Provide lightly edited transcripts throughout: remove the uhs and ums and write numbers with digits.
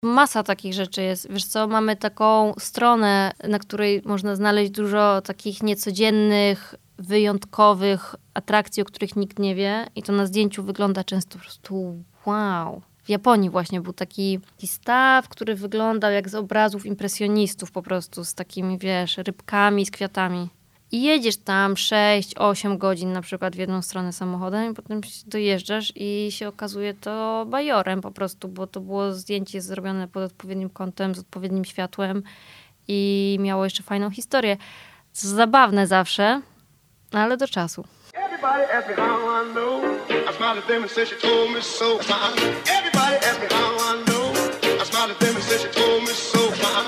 Masa takich rzeczy jest. Wiesz co, mamy taką stronę, na której można znaleźć dużo takich niecodziennych, wyjątkowych atrakcji, o których nikt nie wie. I to na zdjęciu wygląda często po prostu wow. W Japonii właśnie był taki staw, który wyglądał jak z obrazów impresjonistów po prostu, z takimi, wiesz, rybkami, z kwiatami. I jedziesz tam 6-8 godzin na przykład w jedną stronę samochodem i potem dojeżdżasz i się okazuje to bajorem po prostu, bo to było zdjęcie zrobione pod odpowiednim kątem, z odpowiednim światłem i miało jeszcze fajną historię. Co zabawne zawsze, ale do czasu. Everybody ask me how I know. I smiled at them and said she told me so. Everybody ask me how I know. I smiled at them and said she told me so.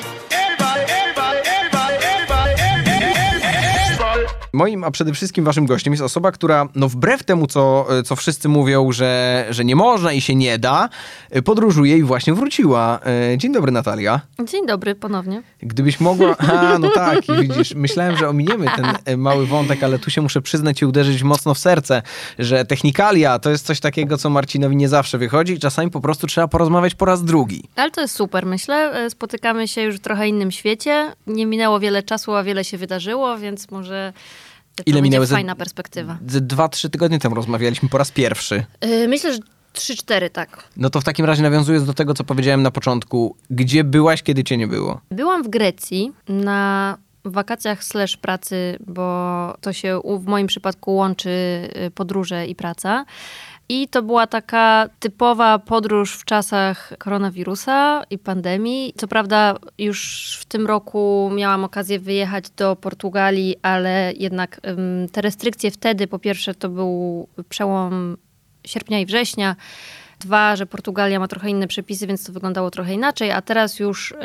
Moim, a przede wszystkim waszym gościem jest osoba, która no wbrew temu, co wszyscy mówią, że nie można i się nie da, podróżuje i właśnie wróciła. Dzień dobry, Natalia. Dzień dobry, ponownie. Gdybyś mogła... no tak, widzisz, myślałem, że ominiemy ten mały wątek, ale tu się muszę przyznać i uderzyć mocno w serce, że technikalia to jest coś takiego, co Marcinowi nie zawsze wychodzi i czasami po prostu trzeba porozmawiać po raz drugi. Ale to jest super, myślę. Spotykamy się już w trochę innym świecie. Nie minęło wiele czasu, a wiele się wydarzyło, więc może... To Ile minęły? Fajna perspektywa. 2-3 tygodnie temu rozmawialiśmy po raz pierwszy. Myślę, że 3-4, tak. No to w takim razie nawiązując do tego, co powiedziałem na początku, gdzie byłaś, kiedy cię nie było? Byłam w Grecji na wakacjach / pracy, bo to się w moim przypadku łączy podróże i praca. I to była taka typowa podróż w czasach koronawirusa i pandemii. Co prawda już w tym roku miałam okazję wyjechać do Portugalii, ale jednak te restrykcje wtedy, po pierwsze to był przełom sierpnia i września. 2, że Portugalia ma trochę inne przepisy, więc to wyglądało trochę inaczej, a teraz już...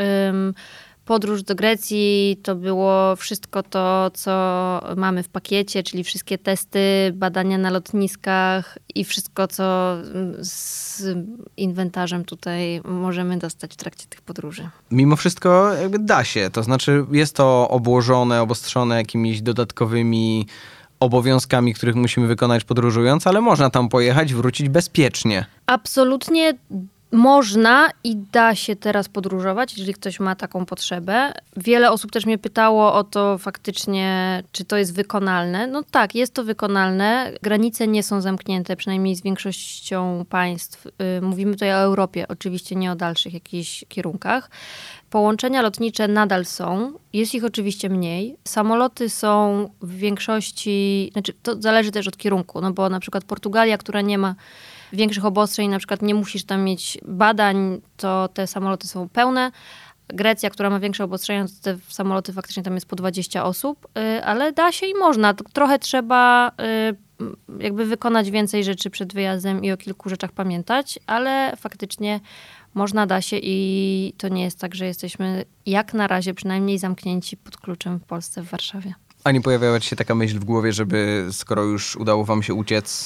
Podróż do Grecji to było wszystko to, co mamy w pakiecie, czyli wszystkie testy, badania na lotniskach i wszystko, co z inwentarzem tutaj możemy dostać w trakcie tych podróży. Mimo wszystko jakby da się, to znaczy jest to obłożone, obostrzone jakimiś dodatkowymi obowiązkami, których musimy wykonać podróżując, ale można tam pojechać, wrócić bezpiecznie. Absolutnie można i da się teraz podróżować, jeżeli ktoś ma taką potrzebę. Wiele osób też mnie pytało o to faktycznie, czy to jest wykonalne. No tak, jest to wykonalne. Granice nie są zamknięte, przynajmniej z większością państw. Mówimy tutaj o Europie, oczywiście nie o dalszych jakichś kierunkach. Połączenia lotnicze nadal są. Jest ich oczywiście mniej. Samoloty są w większości, znaczy to zależy też od kierunku, no bo na przykład Portugalia, która nie ma większych obostrzeń, na przykład nie musisz tam mieć badań, to te samoloty są pełne. Grecja, która ma większe obostrzenia, to te samoloty faktycznie tam jest po 20 osób, ale da się i można. Trochę trzeba jakby wykonać więcej rzeczy przed wyjazdem i o kilku rzeczach pamiętać, ale faktycznie można, da się i to nie jest tak, że jesteśmy jak na razie przynajmniej zamknięci pod kluczem w Polsce, w Warszawie. A nie pojawiała ci się taka myśl w głowie, żeby skoro już udało wam się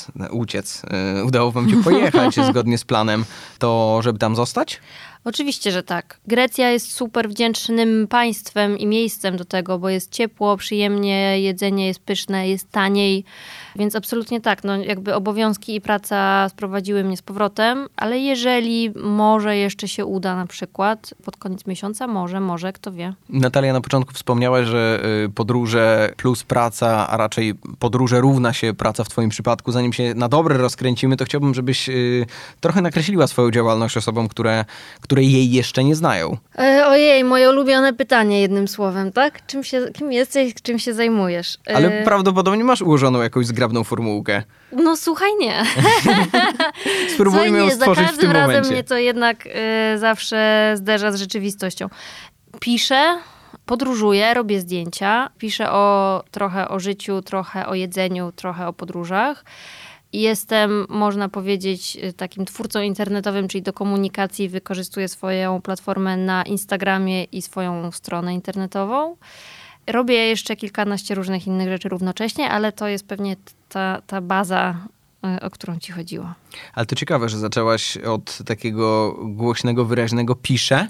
udało wam się pojechać zgodnie z planem, to żeby tam zostać? Oczywiście, że tak. Grecja jest super wdzięcznym państwem i miejscem do tego, bo jest ciepło, przyjemnie, jedzenie jest pyszne, jest taniej, więc absolutnie tak. No jakby obowiązki i praca sprowadziły mnie z powrotem, ale jeżeli może jeszcze się uda na przykład pod koniec miesiąca, może, kto wie. Natalia, na początku wspomniałaś, że podróże plus praca, a raczej podróże równa się praca w twoim przypadku. Zanim się na dobre rozkręcimy, to chciałbym, żebyś trochę nakreśliła swoją działalność osobom, które jej jeszcze nie znają. Ojej, moje ulubione pytanie jednym słowem, tak? Kim jesteś, czym się zajmujesz? Ale prawdopodobnie masz ułożoną jakąś zgrabną formułkę. No słuchaj, nie. Spróbujmy ją stworzyć w tym momencie. Za każdym razem mnie to jednak zawsze zderza z rzeczywistością. Piszę, podróżuję, robię zdjęcia, piszę trochę o życiu, trochę o jedzeniu, trochę o podróżach. Jestem, można powiedzieć, takim twórcą internetowym, czyli do komunikacji wykorzystuję swoją platformę na Instagramie i swoją stronę internetową. Robię jeszcze kilkanaście różnych innych rzeczy równocześnie, ale to jest pewnie ta baza, o którą ci chodziło. Ale to ciekawe, że zaczęłaś od takiego głośnego, wyraźnego piszę.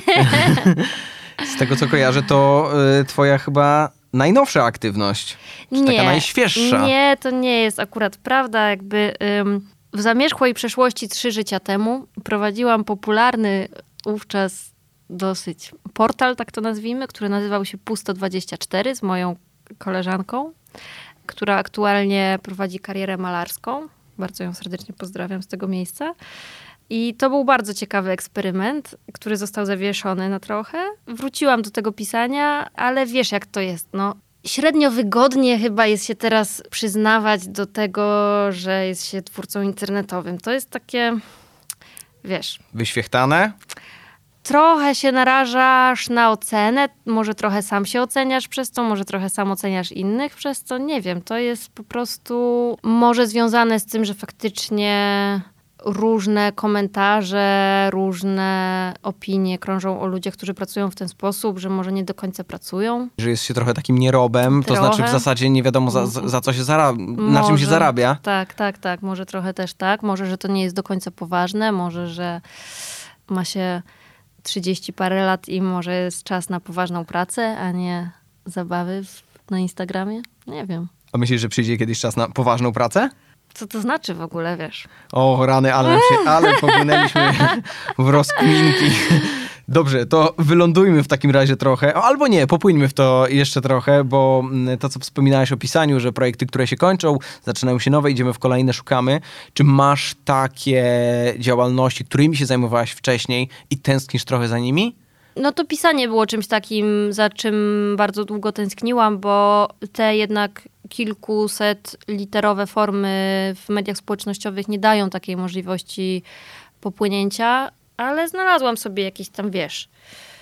Z tego, co kojarzę, to twoja chyba najnowsza aktywność. Czy taka najświeższa? Nie, to nie jest akurat prawda. Jakby w zamierzchłej przeszłości 3 życia temu prowadziłam popularny wówczas dosyć portal, tak to nazwijmy, który nazywał się Pusto24 z moją koleżanką, która aktualnie prowadzi karierę malarską. Bardzo ją serdecznie pozdrawiam z tego miejsca. I to był bardzo ciekawy eksperyment, który został zawieszony na trochę. Wróciłam do tego pisania, ale wiesz jak to jest, no. Średnio wygodnie chyba jest się teraz przyznawać do tego, że jest się twórcą internetowym. To jest takie, wiesz... Wyświechtane? Trochę się narażasz na ocenę, może trochę sam się oceniasz przez to, może trochę sam oceniasz innych przez to, nie wiem. To jest po prostu może związane z tym, że faktycznie różne komentarze, różne opinie krążą o ludziach, którzy pracują w ten sposób, że może nie do końca pracują. Że jest się trochę takim nierobem, to znaczy w zasadzie nie wiadomo za co się na czym się zarabia. Tak. Może trochę też tak. Może, że to nie jest do końca poważne. Może, że ma się 30 parę lat i może jest czas na poważną pracę, a nie zabawy na Instagramie. Nie wiem. A myślisz, że przyjdzie kiedyś czas na poważną pracę? Co to znaczy w ogóle, wiesz? O, rany, ale popłynęliśmy w rozkminki. Dobrze, to wylądujmy w takim razie trochę, albo nie, popłyńmy w to jeszcze trochę, bo to, co wspominałeś o pisaniu, że projekty, które się kończą, zaczynają się nowe, idziemy w kolejne, szukamy. Czy masz takie działalności, którymi się zajmowałaś wcześniej i tęsknisz trochę za nimi? No to pisanie było czymś takim, za czym bardzo długo tęskniłam, bo te jednak kilkuset literowe formy w mediach społecznościowych nie dają takiej możliwości popłynięcia, ale znalazłam sobie jakieś tam, wiesz,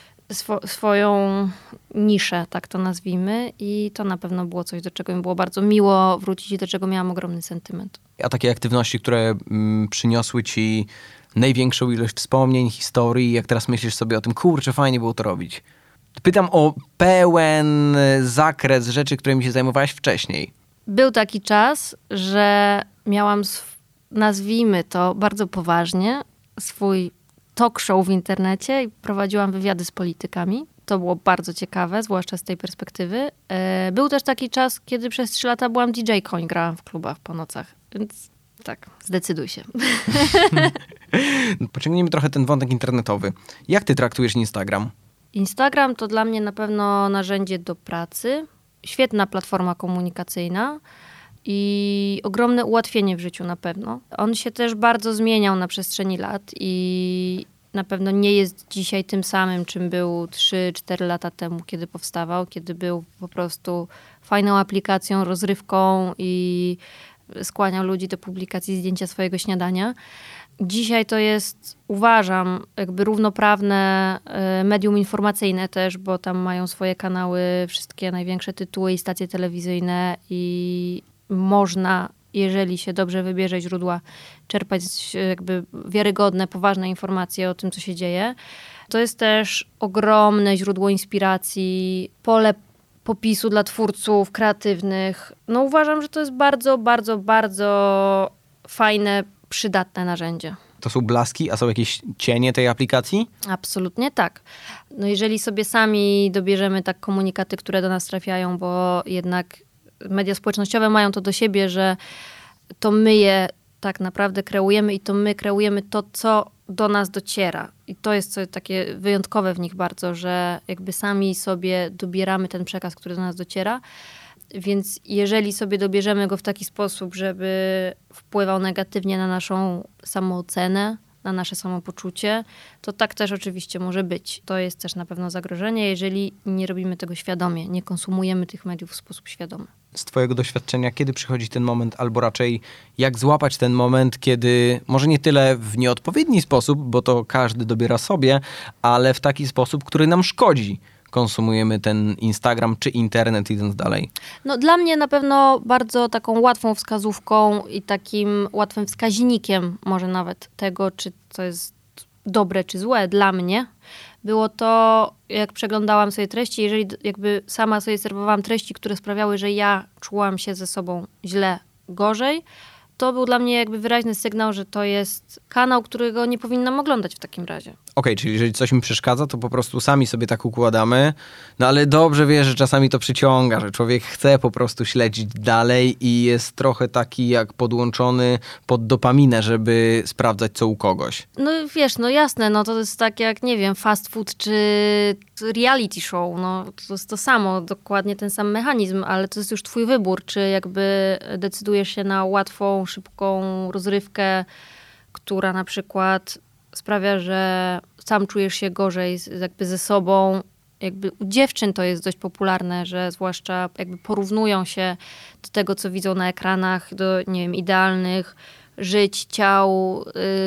swoją niszę, tak to nazwijmy, i to na pewno było coś, do czego mi było bardzo miło wrócić i do czego miałam ogromny sentyment. A takie aktywności, które przyniosły ci największą ilość wspomnień, historii, jak teraz myślisz sobie o tym, kurczę, fajnie było to robić. Pytam o pełen zakres rzeczy, którymi się zajmowałaś wcześniej. Był taki czas, że miałam, nazwijmy to bardzo poważnie, swój talk show w internecie i prowadziłam wywiady z politykami. To było bardzo ciekawe, zwłaszcza z tej perspektywy. Był też taki czas, kiedy przez 3 lata byłam DJ-ką i grałam w klubach po nocach. Więc tak, zdecyduj się. Pociągnijmy trochę ten wątek internetowy. Jak ty traktujesz Instagram? Instagram to dla mnie na pewno narzędzie do pracy. Świetna platforma komunikacyjna i ogromne ułatwienie w życiu na pewno. On się też bardzo zmieniał na przestrzeni lat i na pewno nie jest dzisiaj tym samym, czym był 3-4 lata temu, kiedy powstawał, kiedy był po prostu fajną aplikacją, rozrywką i skłaniał ludzi do publikacji zdjęcia swojego śniadania. Dzisiaj to jest, uważam, jakby równoprawne medium informacyjne też, bo tam mają swoje kanały, wszystkie największe tytuły i stacje telewizyjne i można, jeżeli się dobrze wybierze źródła, czerpać jakby wiarygodne, poważne informacje o tym, co się dzieje. To jest też ogromne źródło inspiracji, pole popisu dla twórców kreatywnych. No uważam, że to jest bardzo, bardzo, bardzo fajne, przydatne narzędzie. To są blaski, a są jakieś cienie tej aplikacji? Absolutnie tak. No jeżeli sobie sami dobierzemy tak komunikaty, które do nas trafiają, bo jednak media społecznościowe mają to do siebie, że to my je tak naprawdę kreujemy i to my kreujemy to, co do nas dociera. I to jest coś takie wyjątkowe w nich bardzo, że jakby sami sobie dobieramy ten przekaz, który do nas dociera. Więc jeżeli sobie dobierzemy go w taki sposób, żeby wpływał negatywnie na naszą samoocenę, na nasze samopoczucie, to tak też oczywiście może być. To jest też na pewno zagrożenie, jeżeli nie robimy tego świadomie, nie konsumujemy tych mediów w sposób świadomy. Z twojego doświadczenia, kiedy przychodzi ten moment, albo raczej jak złapać ten moment, kiedy może nie tyle w nieodpowiedni sposób, bo to każdy dobiera sobie, ale w taki sposób, który nam szkodzi. Konsumujemy ten Instagram czy internet, idąc dalej? No dla mnie na pewno bardzo taką łatwą wskazówką i takim łatwym wskaźnikiem może nawet tego, czy to jest dobre czy złe dla mnie, było to, jak przeglądałam sobie treści, jeżeli jakby sama sobie serwowałam treści, które sprawiały, że ja czułam się ze sobą źle, gorzej, to był dla mnie jakby wyraźny sygnał, że to jest kanał, którego nie powinnam oglądać w takim razie. Okej, czyli jeżeli coś mi przeszkadza, to po prostu sami sobie tak układamy, no ale dobrze wiesz, że czasami to przyciąga, że człowiek chce po prostu śledzić dalej i jest trochę taki jak podłączony pod dopaminę, żeby sprawdzać co u kogoś. No wiesz, no jasne, no to jest tak jak, nie wiem, fast food czy reality show, no to jest to samo, dokładnie ten sam mechanizm, ale to jest już twój wybór, czy jakby decydujesz się na łatwą, szybką rozrywkę, która na przykład sprawia, że sam czujesz się gorzej jakby ze sobą. Jakby u dziewczyn to jest dość popularne, że zwłaszcza jakby porównują się do tego, co widzą na ekranach, do, nie wiem, idealnych żyć, ciał,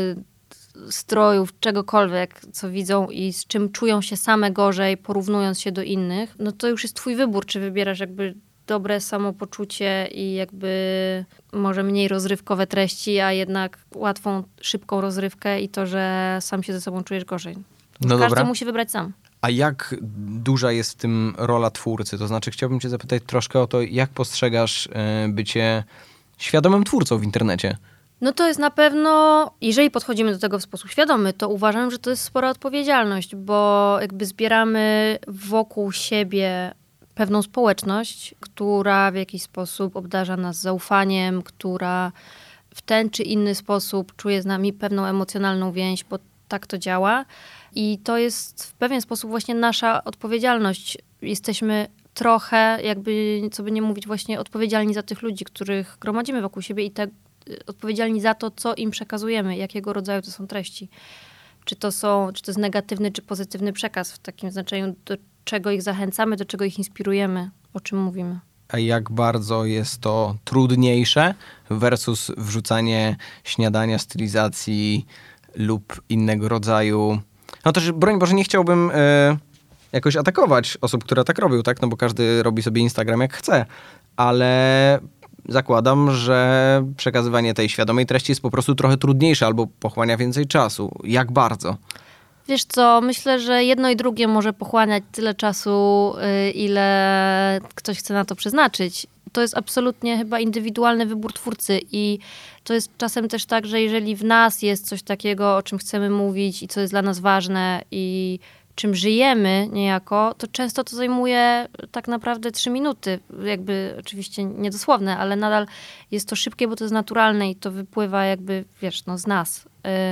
strojów, czegokolwiek, co widzą i z czym czują się same gorzej, porównując się do innych. No to już jest twój wybór, czy wybierasz jakby dobre samopoczucie i jakby może mniej rozrywkowe treści, a jednak łatwą, szybką rozrywkę i to, że sam się ze sobą czujesz gorzej. No Każdy dobra. musi wybrać sam. A jak duża jest w tym rola twórcy? To znaczy chciałbym cię zapytać troszkę o to, jak postrzegasz bycie świadomym twórcą w internecie? No to jest na pewno, jeżeli podchodzimy do tego w sposób świadomy, to uważam, że to jest spora odpowiedzialność, bo jakby zbieramy wokół siebie pewną społeczność, która w jakiś sposób obdarza nas zaufaniem, która w ten czy inny sposób czuje z nami pewną emocjonalną więź, bo tak to działa. I to jest w pewien sposób właśnie nasza odpowiedzialność. Jesteśmy trochę, jakby, co by nie mówić, właśnie odpowiedzialni za tych ludzi, których gromadzimy wokół siebie i odpowiedzialni za to, co im przekazujemy, jakiego rodzaju to są treści. Czy to jest negatywny, czy pozytywny przekaz w takim znaczeniu, do czego ich zachęcamy, do czego ich inspirujemy, o czym mówimy. A jak bardzo jest to trudniejsze versus wrzucanie śniadania, stylizacji lub innego rodzaju... No też, broń Boże, nie chciałbym jakoś atakować osób, które tak robią, tak? No bo każdy robi sobie Instagram jak chce, ale zakładam, że przekazywanie tej świadomej treści jest po prostu trochę trudniejsze albo pochłania więcej czasu. Jak bardzo? Wiesz co, myślę, że jedno i drugie może pochłaniać tyle czasu, ile ktoś chce na to przeznaczyć. To jest absolutnie chyba indywidualny wybór twórcy i to jest czasem też tak, że jeżeli w nas jest coś takiego, o czym chcemy mówić i co jest dla nas ważne i czym żyjemy niejako, to często to zajmuje tak naprawdę 3 minuty. Jakby oczywiście niedosłowne, ale nadal jest to szybkie, bo to jest naturalne i to wypływa jakby, wiesz, no z nas.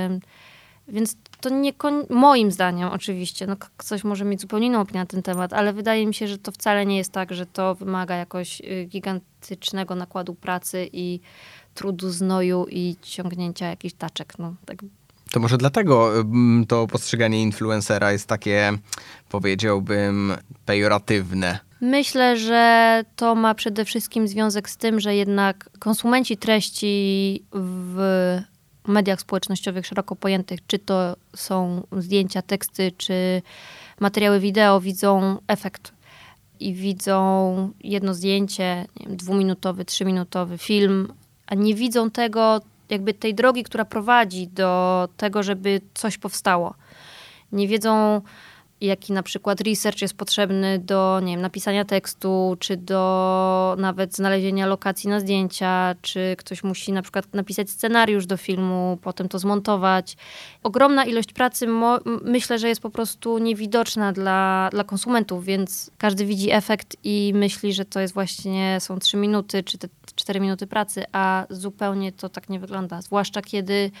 Więc to nie moim zdaniem oczywiście, no ktoś może mieć zupełnie inną opinię na ten temat, ale wydaje mi się, że to wcale nie jest tak, że to wymaga jakoś gigantycznego nakładu pracy i trudu, znoju i ciągnięcia jakichś taczek. No, tak. To może dlatego to postrzeganie influencera jest takie, powiedziałbym, pejoratywne. Myślę, że to ma przede wszystkim związek z tym, że jednak konsumenci treści w mediach społecznościowych szeroko pojętych, czy to są zdjęcia, teksty, czy materiały wideo, widzą efekt. I widzą jedno zdjęcie, nie wiem, 2-minutowy, 3-minutowy film, a nie widzą tego, jakby tej drogi, która prowadzi do tego, żeby coś powstało. Nie wiedzą, jaki na przykład research jest potrzebny do, nie wiem, napisania tekstu, czy do nawet znalezienia lokacji na zdjęcia, czy ktoś musi na przykład napisać scenariusz do filmu, potem to zmontować. Ogromna ilość pracy myślę, że jest po prostu niewidoczna dla konsumentów, więc każdy widzi efekt i myśli, że to jest właśnie, są 3 minuty, czy te 4 minuty pracy, a zupełnie to tak nie wygląda. Zwłaszcza kiedy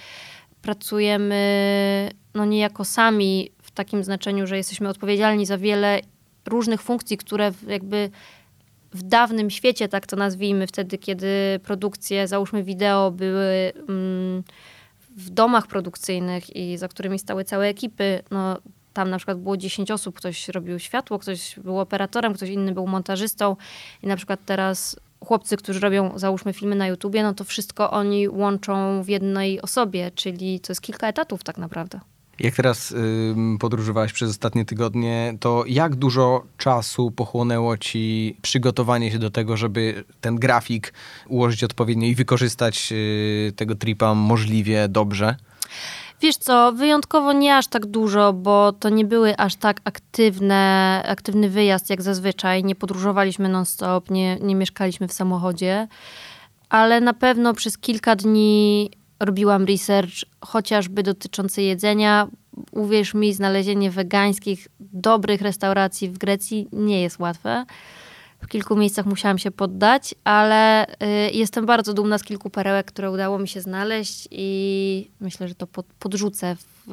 pracujemy no niejako sami, w takim znaczeniu, że jesteśmy odpowiedzialni za wiele różnych funkcji, które jakby w dawnym świecie, tak to nazwijmy, wtedy kiedy produkcje, załóżmy wideo, były w domach produkcyjnych i za którymi stały całe ekipy, no tam na przykład było 10 osób, ktoś robił światło, ktoś był operatorem, ktoś inny był montażystą i na przykład teraz chłopcy, którzy robią, załóżmy, filmy na YouTubie, no to wszystko oni łączą w jednej osobie, czyli to jest kilka etatów tak naprawdę. Jak teraz podróżowałaś przez ostatnie tygodnie, to jak dużo czasu pochłonęło ci przygotowanie się do tego, żeby ten grafik ułożyć odpowiednio i wykorzystać tego tripa możliwie dobrze? Wiesz co, wyjątkowo nie aż tak dużo, bo to nie były aż tak aktywny wyjazd jak zazwyczaj. Nie podróżowaliśmy non-stop, nie mieszkaliśmy w samochodzie. ale na pewno przez kilka dni robiłam research, chociażby dotyczący jedzenia. Uwierz mi, znalezienie wegańskich, dobrych restauracji w Grecji nie jest łatwe. W kilku miejscach musiałam się poddać, ale jestem bardzo dumna z kilku perełek, które udało mi się znaleźć i myślę, że to podrzucę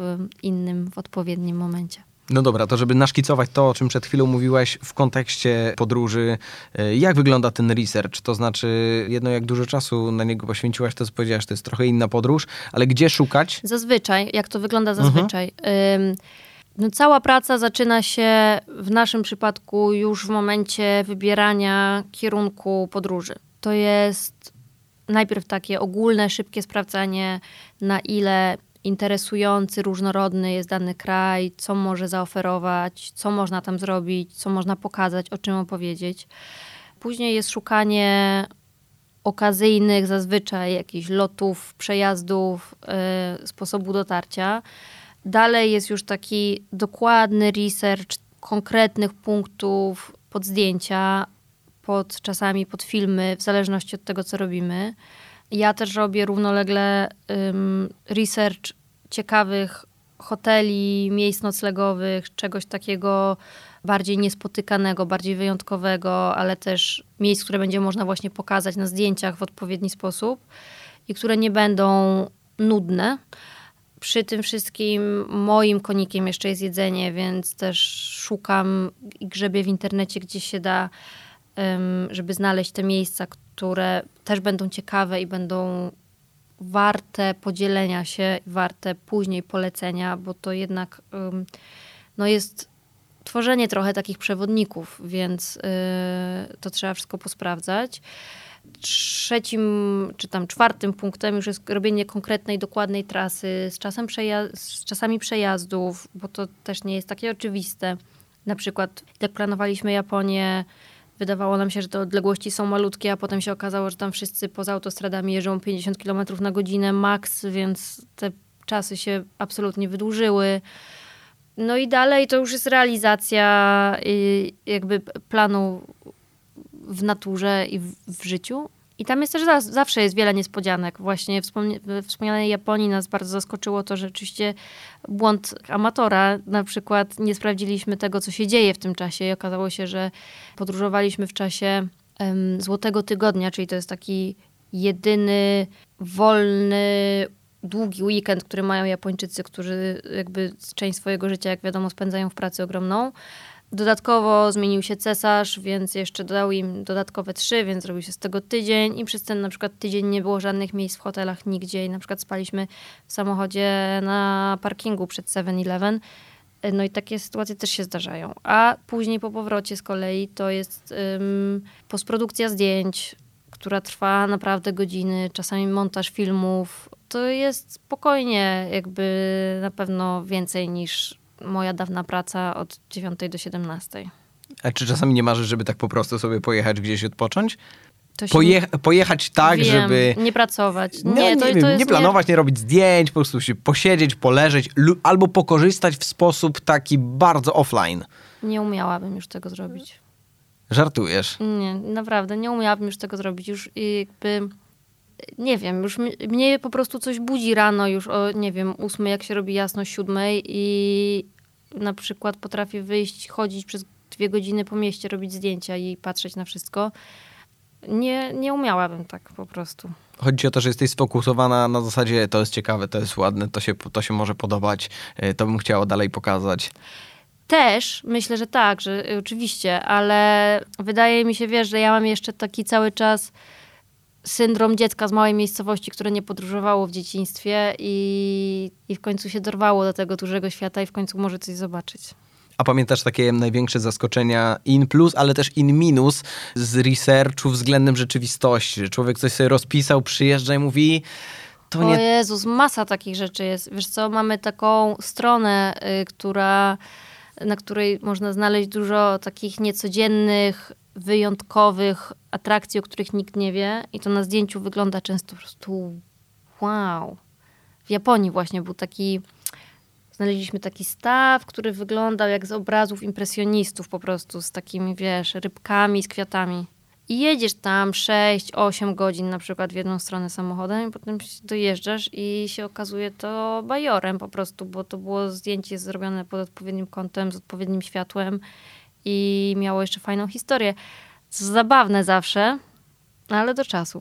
w odpowiednim momencie. No dobra, to żeby naszkicować to, o czym przed chwilą mówiłaś w kontekście podróży, jak wygląda ten research? To znaczy, jedno jak dużo czasu na niego poświęciłaś, to co powiedziałaś, to jest trochę inna podróż, ale gdzie szukać? Zazwyczaj, jak to wygląda zazwyczaj? No, cała praca zaczyna się w naszym przypadku już w momencie wybierania kierunku podróży. To jest najpierw takie ogólne, szybkie sprawdzanie, na ile interesujący, różnorodny jest dany kraj, co może zaoferować, co można tam zrobić, co można pokazać, o czym opowiedzieć. Później jest szukanie okazyjnych, zazwyczaj jakichś lotów, przejazdów, sposobu dotarcia. Dalej jest już taki dokładny research konkretnych punktów pod zdjęcia, czasami pod filmy, w zależności od tego, co robimy. Ja też robię równolegle research ciekawych hoteli, miejsc noclegowych, czegoś takiego bardziej niespotykanego, bardziej wyjątkowego, ale też miejsc, które będzie można właśnie pokazać na zdjęciach w odpowiedni sposób i które nie będą nudne. Przy tym wszystkim moim konikiem jeszcze jest jedzenie, więc też szukam i grzebię w internecie, gdzie się da, żeby znaleźć te miejsca, które też będą ciekawe i będą warte podzielenia się, warte później polecenia, bo to jednak jest tworzenie trochę takich przewodników, więc to trzeba wszystko posprawdzać. Trzecim czy tam czwartym punktem już jest robienie konkretnej, dokładnej trasy z czasami przejazdów, bo to też nie jest takie oczywiste. Na przykład jak planowaliśmy Japonię, wydawało nam się, że te odległości są malutkie, a potem się okazało, że tam wszyscy poza autostradami jeżdżą 50 km na godzinę max, więc te czasy się absolutnie wydłużyły. No i dalej to już jest realizacja jakby planu w naturze i w życiu. I tam jest też zawsze jest wiele niespodzianek. Właśnie w wspomnianej Japonii nas bardzo zaskoczyło to, że rzeczywiście błąd amatora. Na przykład nie sprawdziliśmy tego, co się dzieje w tym czasie i okazało się, że podróżowaliśmy w czasie Złotego Tygodnia, czyli to jest taki jedyny, wolny, długi weekend, który mają Japończycy, którzy jakby część swojego życia, jak wiadomo, spędzają w pracy ogromną. Dodatkowo zmienił się cesarz, więc jeszcze dodał im dodatkowe 3, więc zrobił się z tego tydzień i przez ten na przykład tydzień nie było żadnych miejsc w hotelach nigdzie i na przykład spaliśmy w samochodzie na parkingu przed 7-Eleven. No i takie sytuacje też się zdarzają. A później po powrocie z kolei to jest postprodukcja zdjęć, która trwa naprawdę godziny, czasami montaż filmów. To jest spokojnie jakby na pewno więcej niż moja dawna praca od 9 do 17. A czy czasami nie marzysz, żeby tak po prostu sobie pojechać gdzieś odpocząć? To się Pojechać tak, wiem, żeby... nie pracować. Nie planować, nie robić zdjęć, po prostu się posiedzieć, poleżeć albo pokorzystać w sposób taki bardzo offline. Nie umiałabym już tego zrobić. Żartujesz? Nie, naprawdę, nie umiałabym już tego zrobić. Już jakby... Nie wiem, już mnie po prostu coś budzi rano już o, 8, jak się robi jasno, 7 i na przykład potrafię wyjść, chodzić przez 2 godziny po mieście, robić zdjęcia i patrzeć na wszystko. Nie umiałabym tak po prostu. Chodzi ci o to, że jesteś sfokusowana na zasadzie to jest ciekawe, to jest ładne, to się może podobać, to bym chciała dalej pokazać. Też myślę, że tak, że oczywiście, ale wydaje mi się, że ja mam jeszcze taki cały czas syndrom dziecka z małej miejscowości, które nie podróżowało w dzieciństwie i w końcu się dorwało do tego dużego świata i w końcu może coś zobaczyć. A pamiętasz takie największe zaskoczenia in plus, ale też in minus z researchu względem rzeczywistości? Że człowiek coś sobie rozpisał, przyjeżdża i mówi... O Jezus, masa takich rzeczy jest. Wiesz co, mamy taką stronę, na której można znaleźć dużo takich niecodziennych, wyjątkowych atrakcji, o których nikt nie wie. I to na zdjęciu wygląda często po prostu wow. W Japonii właśnie był taki... Znaleźliśmy taki staw, który wyglądał jak z obrazów impresjonistów po prostu, z takimi, rybkami, z kwiatami. I jedziesz tam 6-8 godzin na przykład w jedną stronę samochodem i potem dojeżdżasz i się okazuje to bajorem po prostu, bo to było zdjęcie zrobione pod odpowiednim kątem, z odpowiednim światłem i miało jeszcze fajną historię. Zabawne zawsze, ale do czasu.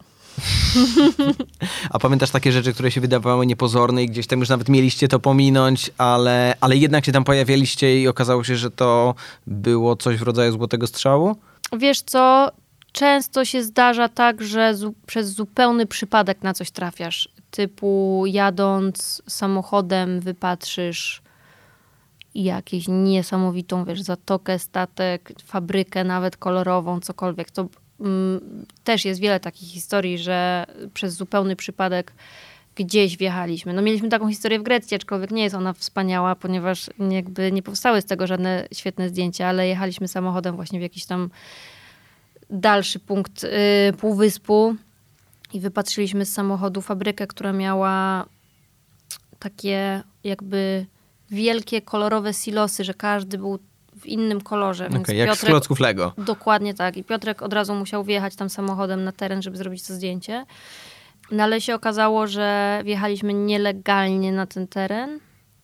A pamiętasz takie rzeczy, które się wydawały niepozorne i gdzieś tam już nawet mieliście to pominąć, ale jednak się tam pojawialiście i okazało się, że to było coś w rodzaju złotego strzału? Wiesz co, często się zdarza tak, że przez zupełny przypadek na coś trafiasz. Typu jadąc samochodem wypatrzysz jakąś niesamowitą, wiesz, zatokę, statek, fabrykę nawet kolorową, cokolwiek. To też jest wiele takich historii, że przez zupełny przypadek gdzieś wjechaliśmy. No mieliśmy taką historię w Grecji, aczkolwiek nie jest ona wspaniała, ponieważ jakby nie powstały z tego żadne świetne zdjęcia, ale jechaliśmy samochodem właśnie w jakiś tam dalszy punkt półwyspu i wypatrzyliśmy z samochodu fabrykę, która miała takie jakby wielkie, kolorowe silosy, że każdy był w innym kolorze. Więc jak Piotrek, z klocków Lego. Dokładnie tak. I Piotrek od razu musiał wjechać tam samochodem na teren, żeby zrobić to zdjęcie. No ale się okazało, że wjechaliśmy nielegalnie na ten teren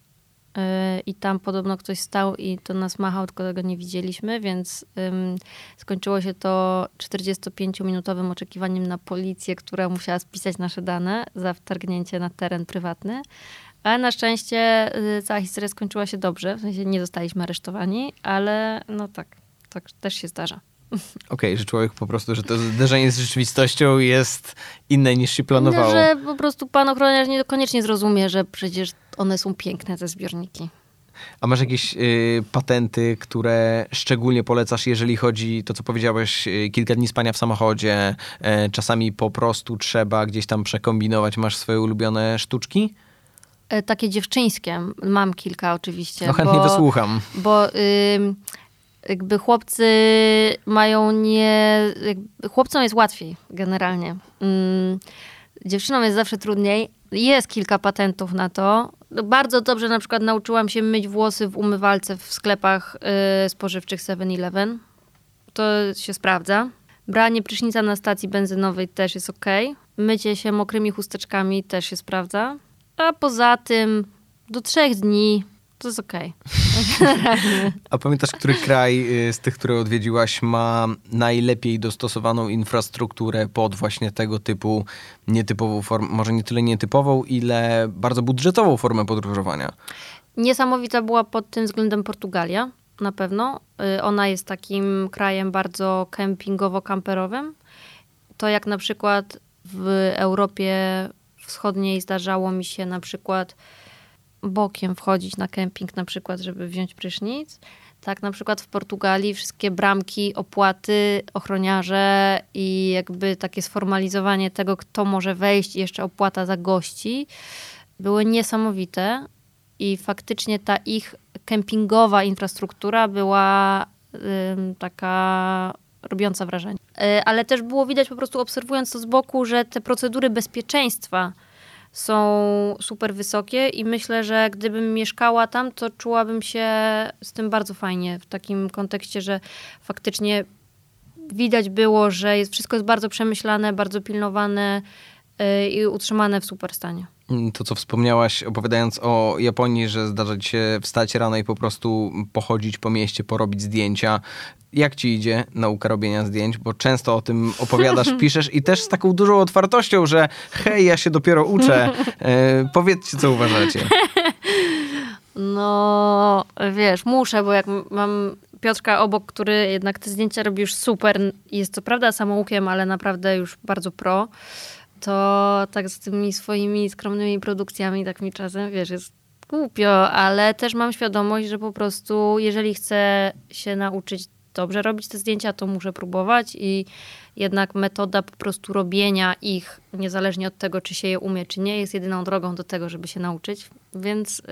i tam podobno ktoś stał i to nas machał, tylko tego nie widzieliśmy, więc skończyło się to 45-minutowym oczekiwaniem na policję, która musiała spisać nasze dane za wtargnięcie na teren prywatny. Ale na szczęście cała historia skończyła się dobrze, w sensie nie zostaliśmy aresztowani, ale no tak też się zdarza. Okej, że człowiek po prostu, że to zderzenie z rzeczywistością jest inne niż się planowało. No, że po prostu pan ochroniarz niekoniecznie zrozumie, że przecież one są piękne, te zbiorniki. A masz jakieś patenty, które szczególnie polecasz, jeżeli chodzi, to co powiedziałeś, kilka dni spania w samochodzie, czasami po prostu trzeba gdzieś tam przekombinować, masz swoje ulubione sztuczki? Takie dziewczyńskie. Mam kilka oczywiście. No chętnie wysłucham. Bo jakby chłopcy mają chłopcom jest łatwiej generalnie. Dziewczynom jest zawsze trudniej. Jest kilka patentów na to. Bardzo dobrze na przykład nauczyłam się myć włosy w umywalce w sklepach spożywczych 7-Eleven. To się sprawdza. Branie prysznica na stacji benzynowej też jest okej. Mycie się mokrymi chusteczkami też się sprawdza. A poza tym do 3 dni to jest okej. A pamiętasz, który kraj z tych, które odwiedziłaś, ma najlepiej dostosowaną infrastrukturę pod właśnie tego typu nietypową formę, może nie tyle nietypową, ile bardzo budżetową formę podróżowania? Niesamowita była pod tym względem Portugalia, na pewno. Ona jest takim krajem bardzo kempingowo-kamperowym. To jak na przykład w Europie Wschodniej zdarzało mi się na przykład bokiem wchodzić na kemping na przykład, żeby wziąć prysznic. Tak na przykład w Portugalii wszystkie bramki, opłaty, ochroniarze i jakby takie sformalizowanie tego, kto może wejść i jeszcze opłata za gości były niesamowite i faktycznie ta ich kempingowa infrastruktura była taka robiąca wrażenie. Ale też było widać po prostu obserwując to z boku, że te procedury bezpieczeństwa są super wysokie i myślę, że gdybym mieszkała tam, to czułabym się z tym bardzo fajnie. W takim kontekście, że faktycznie widać było, że wszystko jest bardzo przemyślane, bardzo pilnowane i utrzymane w super stanie. To, co wspomniałaś, opowiadając o Japonii, że zdarza ci się wstać rano i po prostu pochodzić po mieście, porobić zdjęcia. Jak ci idzie nauka robienia zdjęć? Bo często o tym opowiadasz, piszesz i też z taką dużą otwartością, że hej, ja się dopiero uczę. Powiedzcie, co uważacie. No, wiesz, muszę, bo jak mam Piotrka obok, który jednak te zdjęcia robi już super, jest co prawda samoukiem, ale naprawdę już bardzo pro, to tak z tymi swoimi skromnymi produkcjami tak mi czasem, wiesz, jest głupio, ale też mam świadomość, że po prostu jeżeli chcę się nauczyć dobrze robić te zdjęcia, to muszę próbować i jednak metoda po prostu robienia ich, niezależnie od tego, czy się je umie, czy nie, jest jedyną drogą do tego, żeby się nauczyć. Więc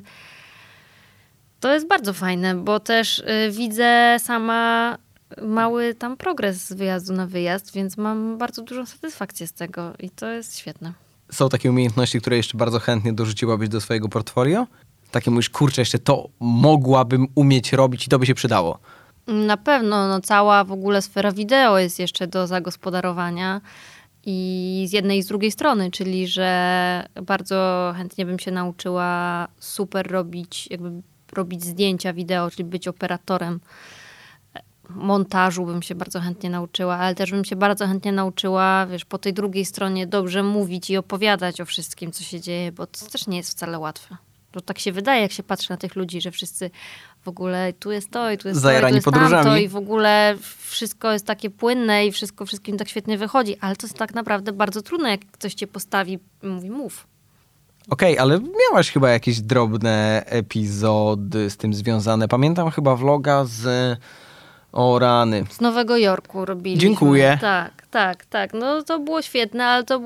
to jest bardzo fajne, bo też widzę sama mały tam progres z wyjazdu na wyjazd, więc mam bardzo dużą satysfakcję z tego i to jest świetne. Są takie umiejętności, które jeszcze bardzo chętnie dorzuciłabyś do swojego portfolio? Takie mówisz, kurczę, jeszcze to mogłabym umieć robić i to by się przydało. Na pewno, no cała w ogóle sfera wideo jest jeszcze do zagospodarowania i z jednej i z drugiej strony, czyli że bardzo chętnie bym się nauczyła super robić zdjęcia wideo, czyli być operatorem. Montażu bym się bardzo chętnie nauczyła, ale też bym się bardzo chętnie nauczyła, po tej drugiej stronie dobrze mówić i opowiadać o wszystkim, co się dzieje, bo to też nie jest wcale łatwe. Bo tak się wydaje, jak się patrzy na tych ludzi, że wszyscy w ogóle tu jest to i tu jest zajarani to i tu jest tamto podróżami. i w ogóle wszystko jest takie płynne i wszystkim tak świetnie wychodzi, ale to jest tak naprawdę bardzo trudne, jak ktoś cię postawi i mówi mów. Okej, ale miałaś chyba jakieś drobne epizody z tym związane. Pamiętam chyba vloga z... O rany. Z Nowego Jorku robiliśmy. Dziękuję. Tak. No to było świetne, ale to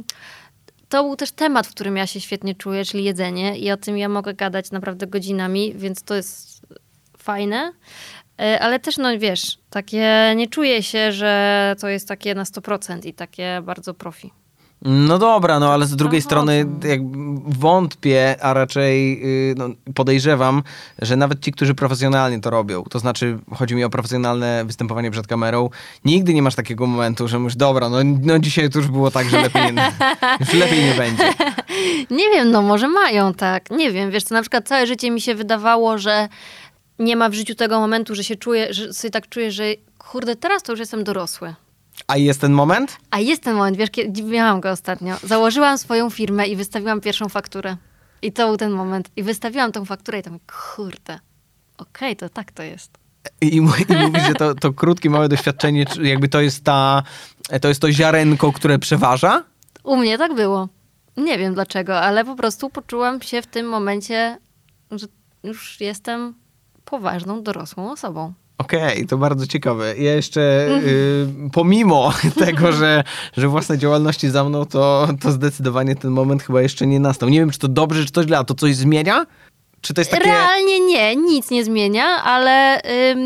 był też temat, w którym ja się świetnie czuję, czyli jedzenie i o tym ja mogę gadać naprawdę godzinami, więc to jest fajne. Ale też, no wiesz, takie nie czuję się, że to jest takie na 100% i takie bardzo profi. No dobra, no ale z drugiej strony wątpię, a raczej podejrzewam, że nawet ci, którzy profesjonalnie to robią, to znaczy chodzi mi o profesjonalne występowanie przed kamerą, nigdy nie masz takiego momentu, że mówisz, dobra, no dzisiaj to już było tak, że już lepiej nie będzie. Nie wiem, no może mają tak, nie wiem, wiesz co, na przykład całe życie mi się wydawało, że nie ma w życiu tego momentu, że się czuję, że sobie tak czuję, że kurde, teraz to już jestem dorosły. A jest ten moment? A jest ten moment, wiesz, miałam go ostatnio. Założyłam swoją firmę i wystawiłam pierwszą fakturę. I to był ten moment. I wystawiłam tą fakturę i tam, kurde, okej, to tak to jest. I mówisz, że to krótkie, małe doświadczenie, jakby to jest to ziarenko, które przeważa? U mnie tak było. Nie wiem dlaczego, ale po prostu poczułam się w tym momencie, że już jestem poważną, dorosłą osobą. Okej, to bardzo ciekawe. Ja jeszcze pomimo tego, że własne działalności za mną, to zdecydowanie ten moment chyba jeszcze nie nastał. Nie wiem, czy to dobrze, czy to źle, a to coś zmienia? Czy to jest takie... Realnie nie, nic nie zmienia, ale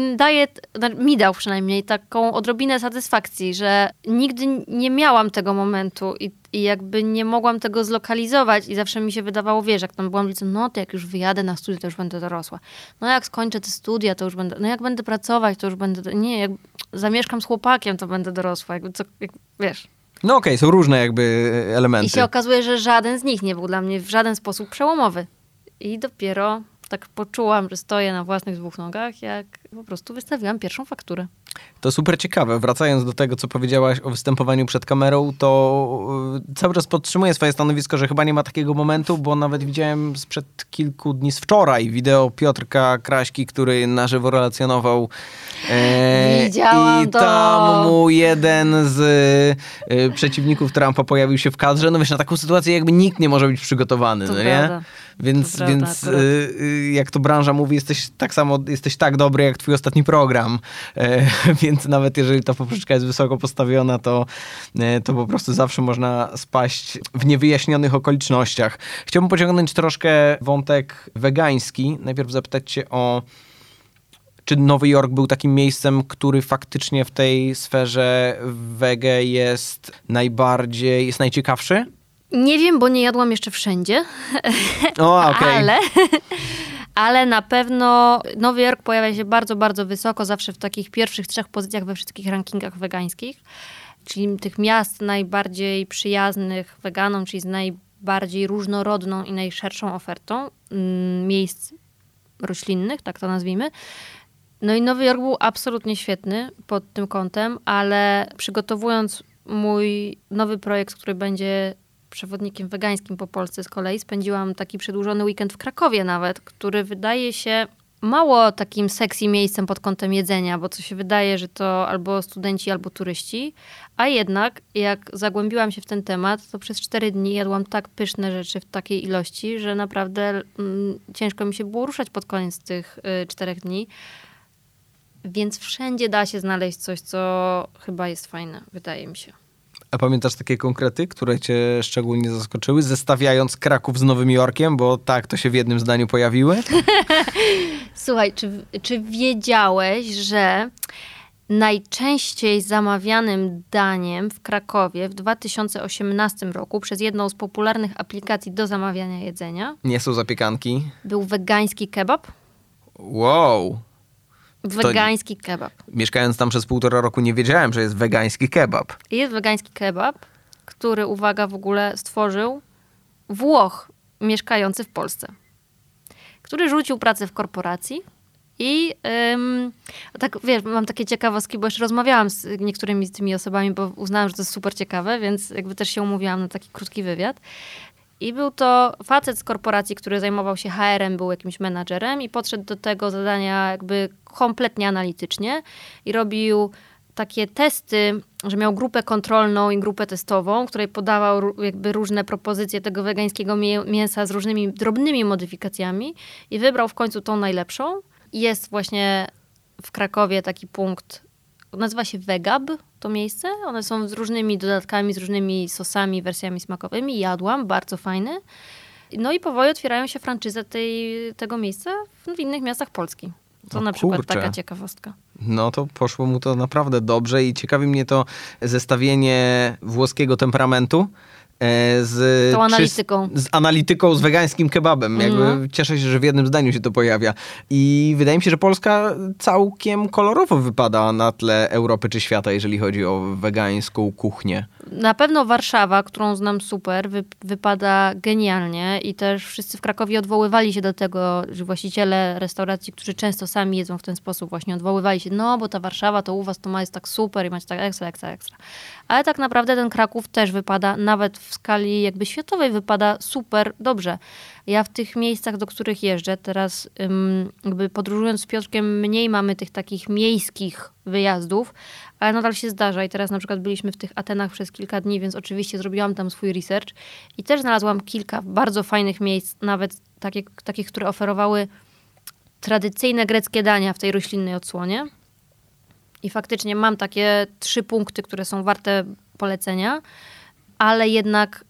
mi dał przynajmniej taką odrobinę satysfakcji, że nigdy nie miałam tego momentu i jakby nie mogłam tego zlokalizować i zawsze mi się wydawało, wiesz, jak tam byłam w liceum, no to jak już wyjadę na studia, to już będę dorosła. No jak skończę te studia, to już będę, no jak będę pracować, to już będę, nie, jak zamieszkam z chłopakiem, to będę dorosła, wiesz. No okej, są różne jakby elementy. I się okazuje, że żaden z nich nie był dla mnie w żaden sposób przełomowy. I dopiero tak poczułam, że stoję na własnych dwóch nogach, jak po prostu wystawiłam pierwszą fakturę. To super ciekawe. Wracając do tego, co powiedziałaś o występowaniu przed kamerą, to cały czas podtrzymuję swoje stanowisko, że chyba nie ma takiego momentu, bo nawet widziałem sprzed kilku dni, z wczoraj, wideo Piotrka Kraśki, który na żywo relacjonował. Widziałam I to. tam mu jeden z przeciwników Trumpa pojawił się w kadrze. No wiesz, na taką sytuację jakby nikt nie może być przygotowany, To no prawda. nie? Więc akurat. jak to branża mówi, jesteś tak dobry jak twój ostatni program. Więc nawet jeżeli ta poprzeczka jest wysoko postawiona, to po prostu zawsze można spaść w niewyjaśnionych okolicznościach. Chciałbym pociągnąć troszkę wątek wegański. Najpierw zapytać cię czy Nowy Jork był takim miejscem, który faktycznie w tej sferze wege jest najciekawszy? Nie wiem, bo nie jadłam jeszcze wszędzie. O, okej. Ale na pewno Nowy Jork pojawia się bardzo, bardzo wysoko, zawsze w takich pierwszych 3 pozycjach we wszystkich rankingach wegańskich. Czyli tych miast najbardziej przyjaznych weganom, czyli z najbardziej różnorodną i najszerszą ofertą miejsc roślinnych, tak to nazwijmy. No i Nowy Jork był absolutnie świetny pod tym kątem, ale przygotowując mój nowy projekt, który będzie przewodnikiem wegańskim po Polsce z kolei, spędziłam taki przedłużony weekend w Krakowie nawet, który wydaje się mało takim sexy miejscem pod kątem jedzenia, bo co się wydaje, że to albo studenci, albo turyści, a jednak jak zagłębiłam się w ten temat, to przez 4 dni jadłam tak pyszne rzeczy w takiej ilości, że naprawdę ciężko mi się było ruszać pod koniec tych 4 dni. Więc wszędzie da się znaleźć coś, co chyba jest fajne, wydaje mi się. A pamiętasz takie konkrety, które cię szczególnie zaskoczyły, zestawiając Kraków z Nowym Jorkiem, bo tak, to się w jednym zdaniu pojawiły? Słuchaj, czy wiedziałeś, że najczęściej zamawianym daniem w Krakowie w 2018 roku przez jedną z popularnych aplikacji do zamawiania jedzenia Nie są zapiekanki? był wegański kebab? Wow! Wegański kebab. Mieszkając tam przez 1,5 roku nie wiedziałem, że jest wegański kebab. Jest wegański kebab, który, uwaga, w ogóle stworzył Włoch mieszkający w Polsce, który rzucił pracę w korporacji i tak, wiesz, mam takie ciekawostki, bo jeszcze rozmawiałam z niektórymi z tymi osobami, bo uznałam, że to jest super ciekawe, więc jakby też się umówiłam na taki krótki wywiad. I był to facet z korporacji, który zajmował się HR-em, był jakimś menadżerem i podszedł do tego zadania jakby kompletnie analitycznie i robił takie testy, że miał grupę kontrolną i grupę testową, której podawał jakby różne propozycje tego wegańskiego mięsa z różnymi drobnymi modyfikacjami i wybrał w końcu tą najlepszą. Jest właśnie w Krakowie taki punkt, nazywa się Wegab, to miejsce. One są z różnymi dodatkami, z różnymi sosami, wersjami smakowymi. Jadłam, bardzo fajny. No i powoli otwierają się franczyzy tego miejsca w innych miastach Polski. To na przykład taka ciekawostka. No to poszło mu to naprawdę dobrze i ciekawi mnie to zestawienie włoskiego temperamentu z tą analityką. Z analityką, z wegańskim kebabem. Jakby cieszę się, że w jednym zdaniu się to pojawia. I wydaje mi się, że Polska całkiem kolorowo wypada na tle Europy czy świata, jeżeli chodzi o wegańską kuchnię. Na pewno Warszawa, którą znam super, wypada genialnie i też wszyscy w Krakowie odwoływali się do tego, że właściciele restauracji, którzy często sami jedzą w ten sposób, właśnie odwoływali się, no bo ta Warszawa to u was to jest tak super i macie tak ekstra. Ale tak naprawdę ten Kraków też wypada, nawet w skali jakby światowej wypada super dobrze. Ja w tych miejscach, do których jeżdżę, teraz jakby podróżując z Piotrkiem, mniej mamy tych takich miejskich wyjazdów, ale nadal się zdarza i teraz na przykład byliśmy w tych Atenach przez kilka dni, więc oczywiście zrobiłam tam swój research i też znalazłam kilka bardzo fajnych miejsc, nawet takich, które oferowały tradycyjne greckie dania w tej roślinnej odsłonie. I faktycznie mam takie 3 punkty, które są warte polecenia, ale jednak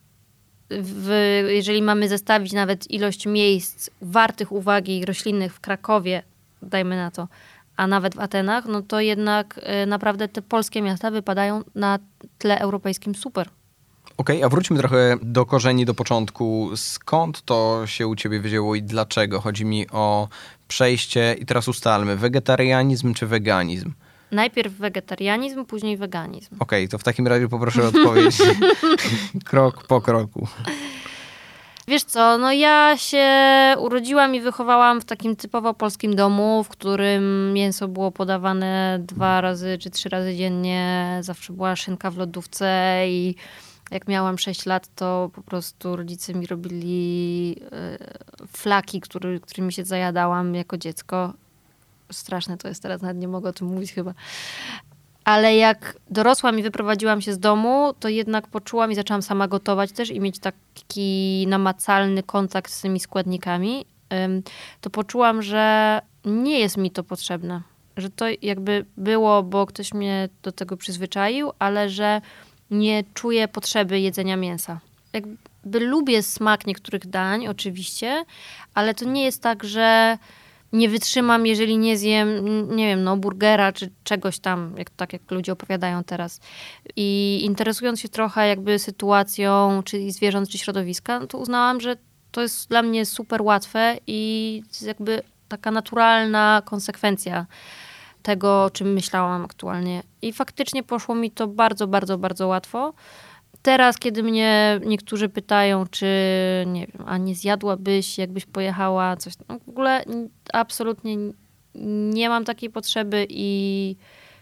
jeżeli mamy zestawić nawet ilość miejsc wartych uwagi roślinnych w Krakowie, dajmy na to, a nawet w Atenach, no to jednak naprawdę te polskie miasta wypadają na tle europejskim super. Okej, a wróćmy trochę do korzeni, do początku. Skąd to się u ciebie wzięło i dlaczego? Chodzi mi o przejście i teraz ustalmy, wegetarianizm czy weganizm? Najpierw wegetarianizm, później weganizm. Okej, to w takim razie poproszę o odpowiedź krok po kroku. Wiesz co, no ja się urodziłam i wychowałam w takim typowo polskim domu, w którym mięso było podawane 2 razy czy 3 razy dziennie. Zawsze była szynka w lodówce i jak miałam 6 lat, to po prostu rodzice mi robili flaki, którymi się zajadałam jako dziecko. Straszne to jest teraz, nawet nie mogę o tym mówić chyba. Ale jak dorosłam i wyprowadziłam się z domu, to jednak poczułam i zaczęłam sama gotować też i mieć taki namacalny kontakt z tymi składnikami, to poczułam, że nie jest mi to potrzebne. Że to jakby było, bo ktoś mnie do tego przyzwyczaił, ale że nie czuję potrzeby jedzenia mięsa. Jakby lubię smak niektórych dań, oczywiście, ale to nie jest tak, że nie wytrzymam, jeżeli nie zjem, nie wiem, no burgera czy czegoś tam, tak jak ludzie opowiadają teraz. I interesując się trochę jakby sytuacją, czy zwierząt, czy środowiska, no to uznałam, że to jest dla mnie super łatwe i jakby taka naturalna konsekwencja tego, o czym myślałam aktualnie. I faktycznie poszło mi to bardzo, bardzo, bardzo łatwo. Teraz, kiedy mnie niektórzy pytają, czy nie wiem, a nie zjadłabyś, jakbyś pojechała, coś tam. W ogóle absolutnie nie mam takiej potrzeby i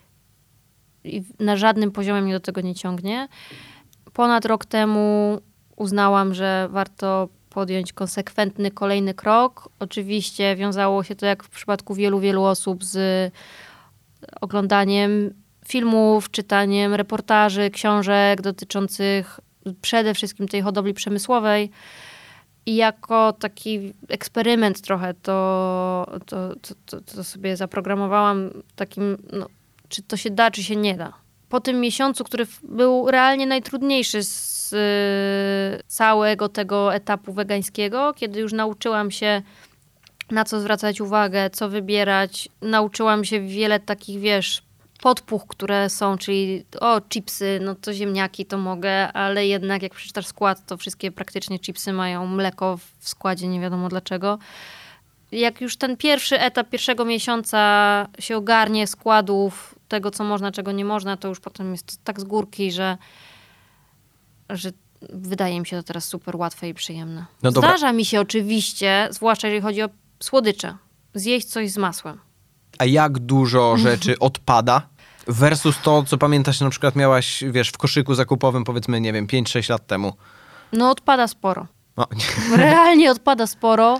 na żadnym poziomie mnie do tego nie ciągnie. Ponad rok temu uznałam, że warto podjąć konsekwentny kolejny krok. Oczywiście wiązało się to, jak w przypadku wielu, wielu osób, z oglądaniem filmów, czytaniem reportaży, książek dotyczących przede wszystkim tej hodowli przemysłowej. I jako taki eksperyment trochę to sobie zaprogramowałam takim, no, czy to się da, czy się nie da. Po tym miesiącu, który był realnie najtrudniejszy z całego tego etapu wegańskiego, kiedy już nauczyłam się, na co zwracać uwagę, co wybierać, nauczyłam się wiele takich, wiesz, podpuch, które są, czyli chipsy, no to ziemniaki to mogę, ale jednak jak przeczytasz skład, to wszystkie praktycznie chipsy mają mleko w składzie, nie wiadomo dlaczego. jak już ten pierwszy etap pierwszego miesiąca się ogarnie składów tego, co można, czego nie można, to już potem jest to tak z górki, że wydaje mi się to teraz super łatwe i przyjemne. No dobra. Zdarza mi się oczywiście, zwłaszcza jeżeli chodzi o słodycze, zjeść coś z masłem. A jak dużo rzeczy odpada versus to, co pamiętasz, na przykład miałaś, wiesz, w koszyku zakupowym, powiedzmy, nie wiem, 5-6 lat temu? No odpada sporo. O. Realnie odpada sporo.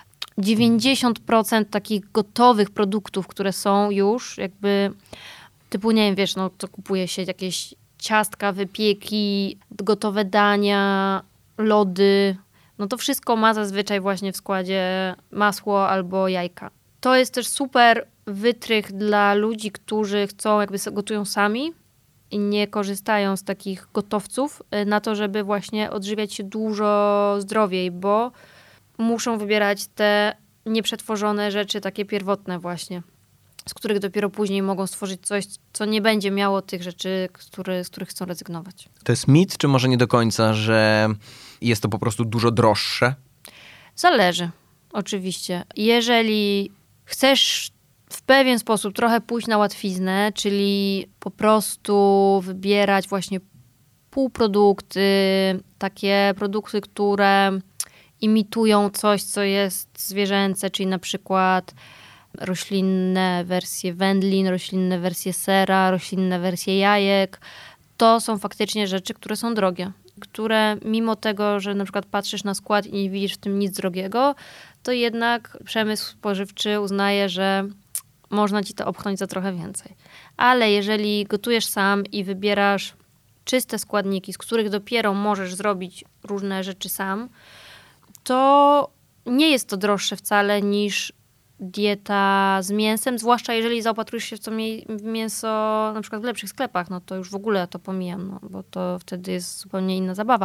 90% takich gotowych produktów, które są już jakby typu, nie wiem, wiesz, no to kupuje się jakieś ciastka, wypieki, gotowe dania, lody. No to wszystko ma zazwyczaj właśnie w składzie masło albo jajka. To jest też super wytrych dla ludzi, którzy chcą, jakby gotują sami i nie korzystają z takich gotowców na to, żeby właśnie odżywiać się dużo zdrowiej, bo muszą wybierać te nieprzetworzone rzeczy, takie pierwotne właśnie, z których dopiero później mogą stworzyć coś, co nie będzie miało tych rzeczy, z których chcą rezygnować. To jest mit, czy może nie do końca, że jest to po prostu dużo droższe? Zależy, oczywiście. Jeżeli chcesz w pewien sposób trochę pójść na łatwiznę, czyli po prostu wybierać właśnie półprodukty, takie produkty, które imitują coś, co jest zwierzęce, czyli na przykład roślinne wersje wędlin, roślinne wersje sera, roślinne wersje jajek. To są faktycznie rzeczy, które są drogie. Które mimo tego, że na przykład patrzysz na skład i nie widzisz w tym nic drogiego, to jednak przemysł spożywczy uznaje, że można ci to obchnąć za trochę więcej. Ale jeżeli gotujesz sam i wybierasz czyste składniki, z których dopiero możesz zrobić różne rzeczy sam, to nie jest to droższe wcale niż dieta z mięsem, zwłaszcza jeżeli zaopatrujesz się w to mięso na przykład w lepszych sklepach, no to już w ogóle to pomijam, no, bo to wtedy jest zupełnie inna zabawa.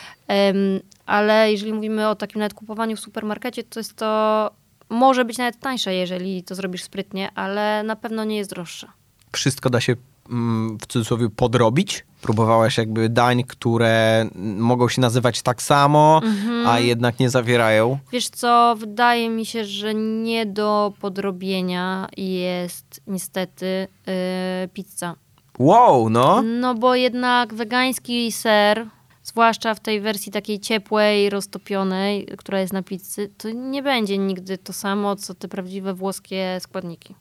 Ale jeżeli mówimy o takim nawet kupowaniu w supermarkecie, to może być nawet tańsze, jeżeli to zrobisz sprytnie, ale na pewno nie jest droższe. Wszystko da się w cudzysłowie podrobić? Próbowałaś jakby dań, które mogą się nazywać tak samo, a jednak nie zawierają? Wiesz co, wydaje mi się, że nie do podrobienia jest niestety pizza. Wow, no. No bo jednak wegański ser, zwłaszcza w tej wersji takiej ciepłej, roztopionej, która jest na pizzy, to nie będzie nigdy to samo, co te prawdziwe włoskie składniki.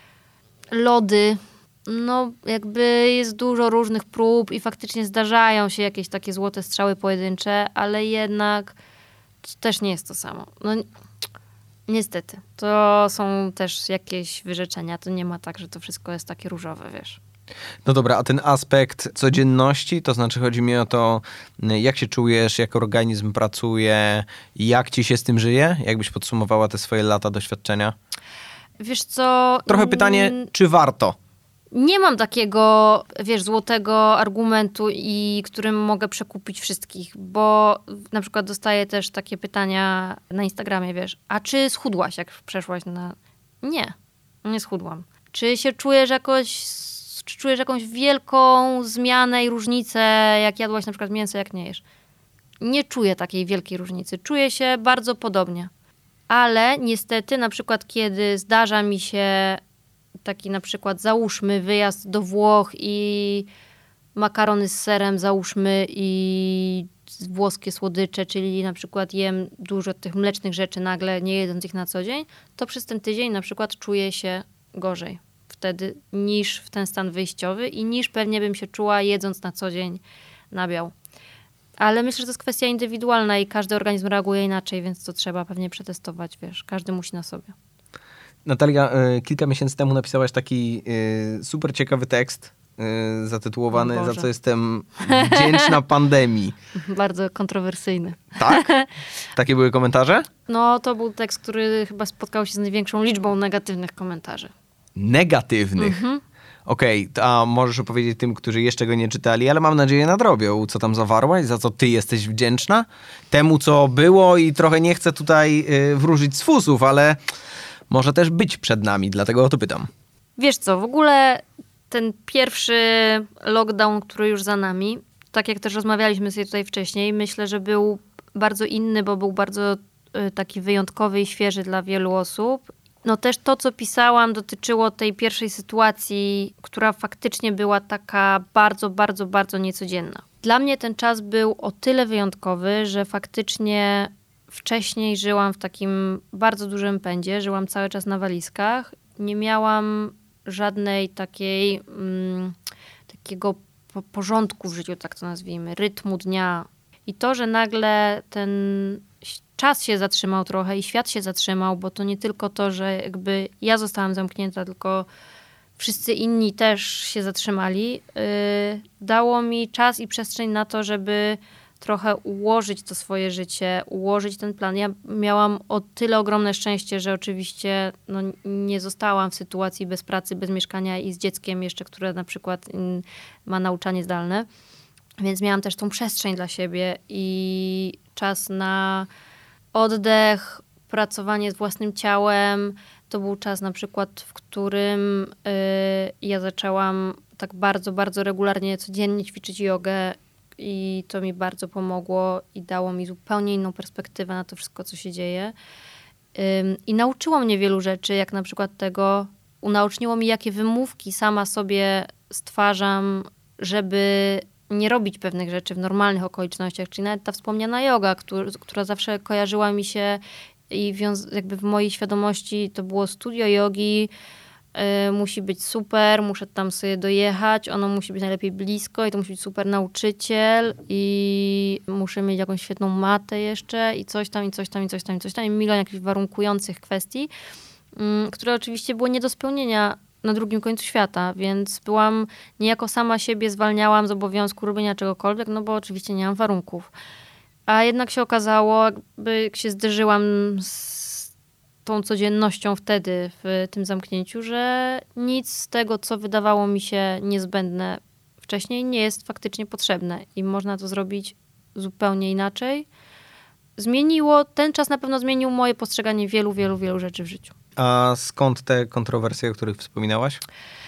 Lody. No, jakby jest dużo różnych prób i faktycznie zdarzają się jakieś takie złote strzały pojedyncze, ale jednak to też nie jest to samo. No, niestety. To są też jakieś wyrzeczenia. To nie ma tak, że to wszystko jest takie różowe, wiesz. No dobra, a ten aspekt codzienności, to znaczy chodzi mi o to, jak się czujesz, jak organizm pracuje, jak ci się z tym żyje? Jakbyś podsumowała te swoje lata doświadczenia? Wiesz co... Trochę pytanie, czy warto? Nie mam takiego, wiesz, złotego argumentu, którym mogę przekupić wszystkich, bo na przykład dostaję też takie pytania na Instagramie, wiesz, a czy schudłaś, jak przeszłaś na... Nie schudłam. Czy się czujesz czy czujesz jakąś wielką zmianę i różnicę, jak jadłaś na przykład mięso, jak nie jesz? Nie czuję takiej wielkiej różnicy. Czuję się bardzo podobnie. Ale niestety, na przykład kiedy zdarza mi się taki na przykład, załóżmy, wyjazd do Włoch i makarony z serem, załóżmy, i włoskie słodycze, czyli na przykład jem dużo tych mlecznych rzeczy nagle, nie jedząc ich na co dzień, to przez ten tydzień na przykład czuję się gorzej wtedy niż w ten stan wyjściowy i niż pewnie bym się czuła jedząc na co dzień nabiał. Ale myślę, że to jest kwestia indywidualna i każdy organizm reaguje inaczej, więc to trzeba pewnie przetestować, wiesz, każdy musi na sobie. Natalia, kilka miesięcy temu napisałaś taki super ciekawy tekst zatytułowany "Za co jestem wdzięczna pandemii". Bardzo kontrowersyjny. Tak? Takie były komentarze? No, to był tekst, który chyba spotkał się z największą liczbą negatywnych komentarzy. Negatywnych? Okej, a możesz opowiedzieć tym, którzy jeszcze go nie czytali, ale mam nadzieję nadrobią, co tam zawarłaś, za co ty jesteś wdzięczna? Temu, co było i trochę nie chcę tutaj wróżyć z fusów, ale może też być przed nami, dlatego o to pytam. Wiesz co, w ogóle ten pierwszy lockdown, który już za nami, tak jak też rozmawialiśmy sobie tutaj wcześniej, myślę, że był bardzo inny, bo był bardzo taki wyjątkowy i świeży dla wielu osób. No też to, co pisałam, dotyczyło tej pierwszej sytuacji, która faktycznie była taka bardzo, bardzo, bardzo niecodzienna. Dla mnie ten czas był o tyle wyjątkowy, że faktycznie wcześniej żyłam w takim bardzo dużym pędzie, żyłam cały czas na walizkach. Nie miałam żadnej takiego porządku w życiu, tak to nazwijmy, rytmu dnia. I to, że nagle ten czas się zatrzymał trochę i świat się zatrzymał, bo to nie tylko to, że jakby ja zostałam zamknięta, tylko wszyscy inni też się zatrzymali, dało mi czas i przestrzeń na to, żeby trochę ułożyć to swoje życie, ułożyć ten plan. Ja miałam o tyle ogromne szczęście, że oczywiście nie zostałam w sytuacji bez pracy, bez mieszkania i z dzieckiem jeszcze, które na przykład ma nauczanie zdalne. Więc miałam też tą przestrzeń dla siebie i czas na oddech, pracowanie z własnym ciałem. To był czas na przykład, w którym ja zaczęłam tak bardzo, bardzo regularnie, codziennie ćwiczyć jogę i to mi bardzo pomogło i dało mi zupełnie inną perspektywę na to wszystko, co się dzieje. I nauczyło mnie wielu rzeczy, jak na przykład unaoczniło mi, jakie wymówki sama sobie stwarzam, żeby nie robić pewnych rzeczy w normalnych okolicznościach, czyli nawet ta wspomniana joga, która zawsze kojarzyła mi się i jakby w mojej świadomości to było studio jogi, musi być super, muszę tam sobie dojechać, ono musi być najlepiej blisko i to musi być super nauczyciel i muszę mieć jakąś świetną matę jeszcze i coś tam, i coś tam, i coś tam, i coś tam, i milion jakichś warunkujących kwestii, które oczywiście były nie do spełnienia na drugim końcu świata, więc niejako sama siebie zwalniałam z obowiązku robienia czegokolwiek, no bo oczywiście nie mam warunków. A jednak się okazało, jak się zderzyłam z tą codziennością wtedy w tym zamknięciu, że nic z tego, co wydawało mi się niezbędne wcześniej, nie jest faktycznie potrzebne i można to zrobić zupełnie inaczej. Ten czas na pewno zmienił moje postrzeganie wielu, wielu, wielu rzeczy w życiu. A skąd te kontrowersje, o których wspominałaś?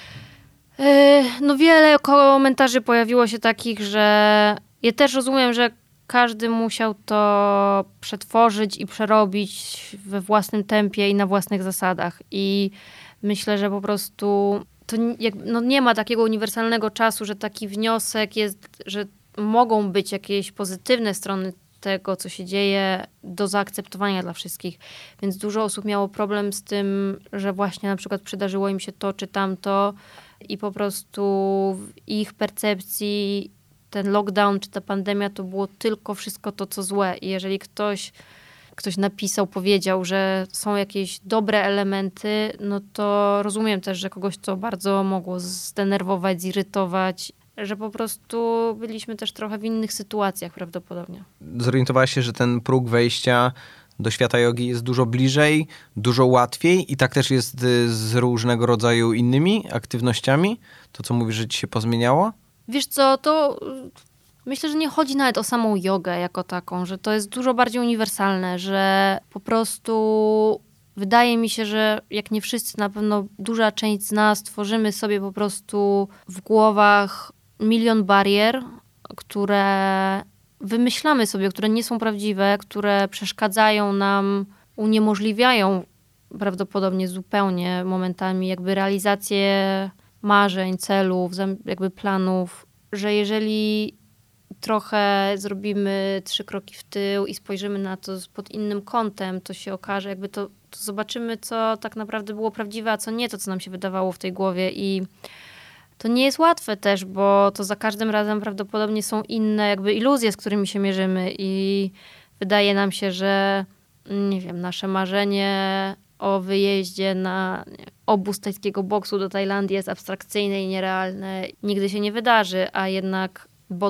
No wiele komentarzy pojawiło się takich, że ja też rozumiem, że każdy musiał to przetworzyć i przerobić we własnym tempie i na własnych zasadach. I myślę, że po prostu nie ma takiego uniwersalnego czasu, że taki wniosek jest, że mogą być jakieś pozytywne strony tego, co się dzieje, do zaakceptowania dla wszystkich. Więc dużo osób miało problem z tym, że właśnie na przykład przydarzyło im się to czy tamto i po prostu w ich percepcji ten lockdown czy ta pandemia to było tylko wszystko to, co złe. I jeżeli ktoś napisał, powiedział, że są jakieś dobre elementy, no to rozumiem też, że kogoś to bardzo mogło zdenerwować, zirytować, że po prostu byliśmy też trochę w innych sytuacjach prawdopodobnie. Zorientowałaś się, że ten próg wejścia do świata jogi jest dużo bliżej, dużo łatwiej i tak też jest z różnego rodzaju innymi aktywnościami? To, co mówisz, że ci się pozmieniało? Wiesz co, to myślę, że nie chodzi nawet o samą jogę jako taką, że to jest dużo bardziej uniwersalne, że po prostu wydaje mi się, że jak nie wszyscy, na pewno duża część z nas tworzymy sobie po prostu w głowach milion barier, które wymyślamy sobie, które nie są prawdziwe, które przeszkadzają nam, uniemożliwiają prawdopodobnie zupełnie momentami jakby realizację marzeń, celów, jakby planów, że jeżeli trochę zrobimy 3 kroki w tył i spojrzymy na to pod innym kątem, to się okaże, jakby to zobaczymy, co tak naprawdę było prawdziwe, a co nie, to co nam się wydawało w tej głowie i to nie jest łatwe też, bo to za każdym razem prawdopodobnie są inne jakby iluzje, z którymi się mierzymy i wydaje nam się, że nie wiem, nasze marzenie o wyjeździe na obóz tajskiego boksu do Tajlandii jest abstrakcyjne i nierealne. Nigdy się nie wydarzy, a jednak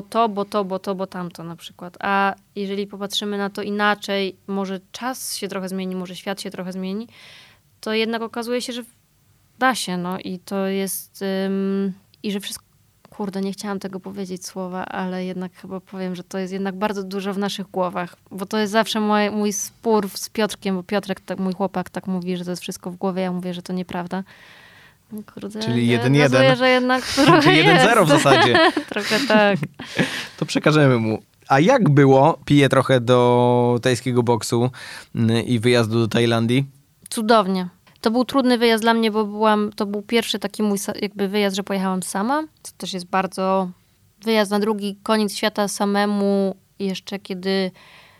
bo tamto na przykład. A jeżeli popatrzymy na to inaczej, może czas się trochę zmieni, może świat się trochę zmieni, to jednak okazuje się, że da się, no i to jest i że wszystko, kurde, nie chciałam tego powiedzieć słowa, ale jednak chyba powiem, że to jest jednak bardzo dużo w naszych głowach, bo to jest zawsze mój spór z Piotrkiem, bo Piotrek, mój chłopak, tak mówi, że to jest wszystko w głowie, ja mówię, że to nieprawda. Kurde, czyli 1-1. Że jednak trochę czyli 1-0 w zasadzie. Trochę tak. To przekażemy mu. A jak było? Piję trochę do tajskiego boksu i wyjazdu do Tajlandii. Cudownie. To był trudny wyjazd dla mnie, bo to był pierwszy taki mój jakby wyjazd, że pojechałam sama. To też jest bardzo... Wyjazd na drugi koniec świata samemu, jeszcze kiedy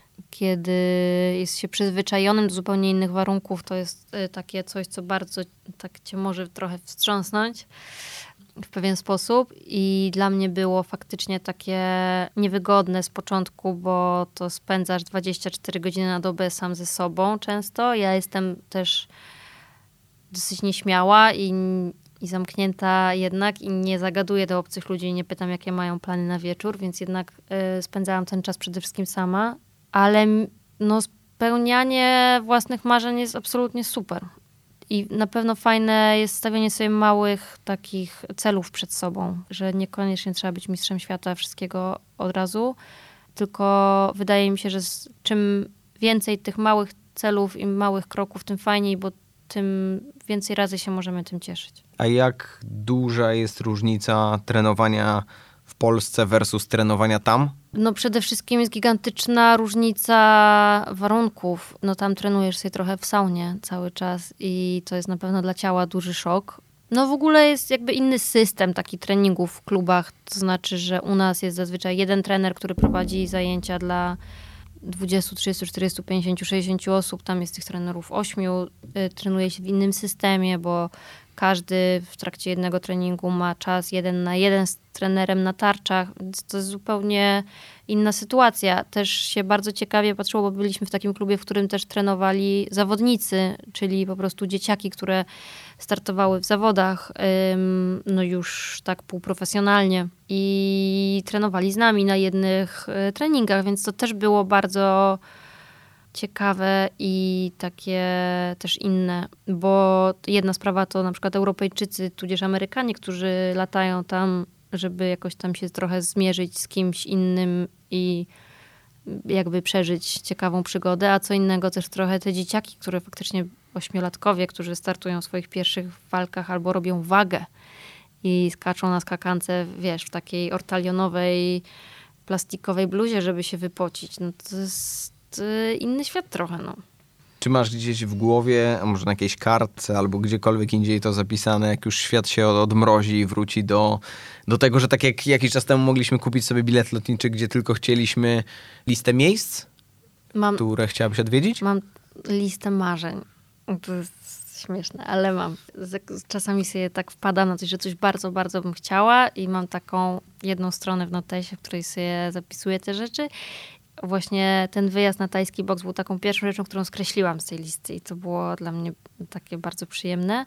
jest się przyzwyczajonym do zupełnie innych warunków, to jest takie coś, co bardzo tak cię może trochę wstrząsnąć w pewien sposób. I dla mnie było faktycznie takie niewygodne z początku, bo to spędzasz 24 godziny na dobę sam ze sobą często. Ja jestem też dosyć nieśmiała i zamknięta jednak i nie zagaduję do obcych ludzi i nie pytam, jakie mają plany na wieczór, więc jednak spędzałam ten czas przede wszystkim sama. Ale no, spełnianie własnych marzeń jest absolutnie super. I na pewno fajne jest stawianie sobie małych takich celów przed sobą, że niekoniecznie trzeba być mistrzem świata wszystkiego od razu, tylko wydaje mi się, że czym więcej tych małych celów i małych kroków, tym fajniej, bo tym więcej razy się możemy tym cieszyć. A jak duża jest różnica trenowania w Polsce versus trenowania tam? No przede wszystkim jest gigantyczna różnica warunków. No tam trenujesz sobie trochę w saunie cały czas i to jest na pewno dla ciała duży szok. No w ogóle jest jakby inny system taki treningów w klubach. To znaczy, że u nas jest zazwyczaj jeden trener, który prowadzi zajęcia dla 20, 30, 40, 50, 60 osób. Tam jest tych trenerów 8. Trenuje się w innym systemie, bo każdy w trakcie jednego treningu ma czas 1 na 1 z trenerem na tarczach, więc to jest zupełnie inna sytuacja. Też się bardzo ciekawie patrzyło, bo byliśmy w takim klubie, w którym też trenowali zawodnicy, czyli po prostu dzieciaki, które startowały w zawodach, no już tak półprofesjonalnie i trenowali z nami na jednych treningach, więc to też było bardzo ciekawe i takie też inne, bo jedna sprawa to na przykład Europejczycy, tudzież Amerykanie, którzy latają tam, żeby jakoś tam się trochę zmierzyć z kimś innym i jakby przeżyć ciekawą przygodę, a co innego też trochę te dzieciaki, które faktycznie 8-latkowie, którzy startują w swoich pierwszych walkach albo robią wagę i skaczą na skakance, wiesz, w takiej ortalionowej, plastikowej bluzie, żeby się wypocić. No to jest inny świat trochę, no. Czy masz gdzieś w głowie, a może na jakiejś kartce albo gdziekolwiek indziej to zapisane, jak już świat się odmrozi i wróci do tego, że tak jak jakiś czas temu mogliśmy kupić sobie bilet lotniczy, gdzie tylko chcieliśmy, listę miejsc, które chciałabyś odwiedzić? Mam listę marzeń. To jest śmieszne, ale mam. Czasami sobie tak wpadam na coś, że coś bardzo, bardzo bym chciała i mam taką jedną stronę w notesie, w której sobie zapisuję te rzeczy. Właśnie ten wyjazd na tajski boks był taką pierwszą rzeczą, którą skreśliłam z tej listy i to było dla mnie takie bardzo przyjemne.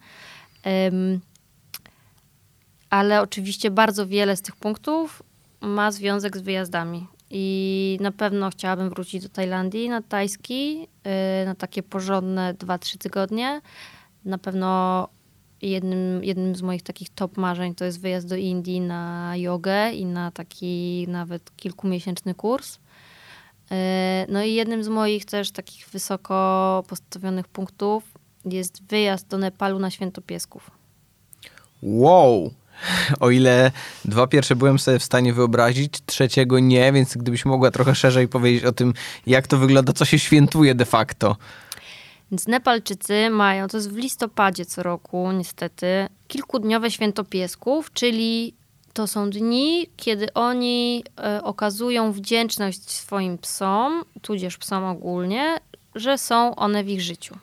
Ale oczywiście bardzo wiele z tych punktów ma związek z wyjazdami. I na pewno chciałabym wrócić do Tajlandii na tajski, na takie porządne 2-3 tygodnie. Na pewno jednym z moich takich top marzeń to jest wyjazd do Indii na jogę i na taki nawet kilkumiesięczny kurs. No i jednym z moich też takich wysoko postawionych punktów jest wyjazd do Nepalu na Święto Piesków. Wow! O ile 2 pierwsze byłem sobie w stanie wyobrazić, 3 nie, więc gdybyś mogła trochę szerzej powiedzieć o tym, jak to wygląda, co się świętuje de facto. Więc Nepalczycy mają, to jest w listopadzie co roku niestety, kilkudniowe Święto Piesków, czyli to są dni, kiedy oni okazują wdzięczność swoim psom, tudzież psom ogólnie, że są one w ich życiu.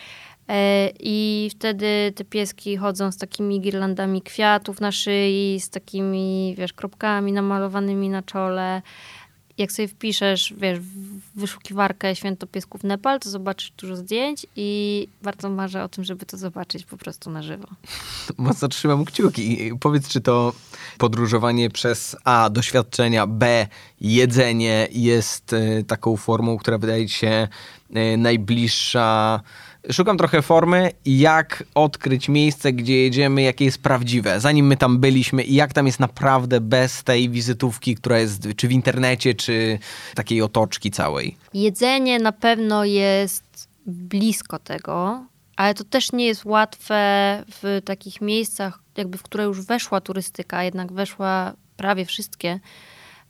I wtedy te pieski chodzą z takimi girlandami kwiatów na szyi, z takimi, wiesz, kropkami namalowanymi na czole. Jak sobie wpiszesz, wiesz, w wyszukiwarkę Święto Piesków Nepal, to zobaczysz dużo zdjęć i bardzo marzę o tym, żeby to zobaczyć po prostu na żywo. Mocno trzymam kciuki. Powiedz, czy to podróżowanie przez A, doświadczenia, B, jedzenie jest taką formą, która wydaje ci się najbliższa. Szukam trochę formy, jak odkryć miejsce, gdzie jedziemy, jakie jest prawdziwe, zanim my tam byliśmy i jak tam jest naprawdę bez tej wizytówki, która jest czy w internecie, czy takiej otoczki całej. Jedzenie na pewno jest blisko tego, ale to też nie jest łatwe w takich miejscach, jakby w które już weszła turystyka, jednak weszła prawie wszystkie,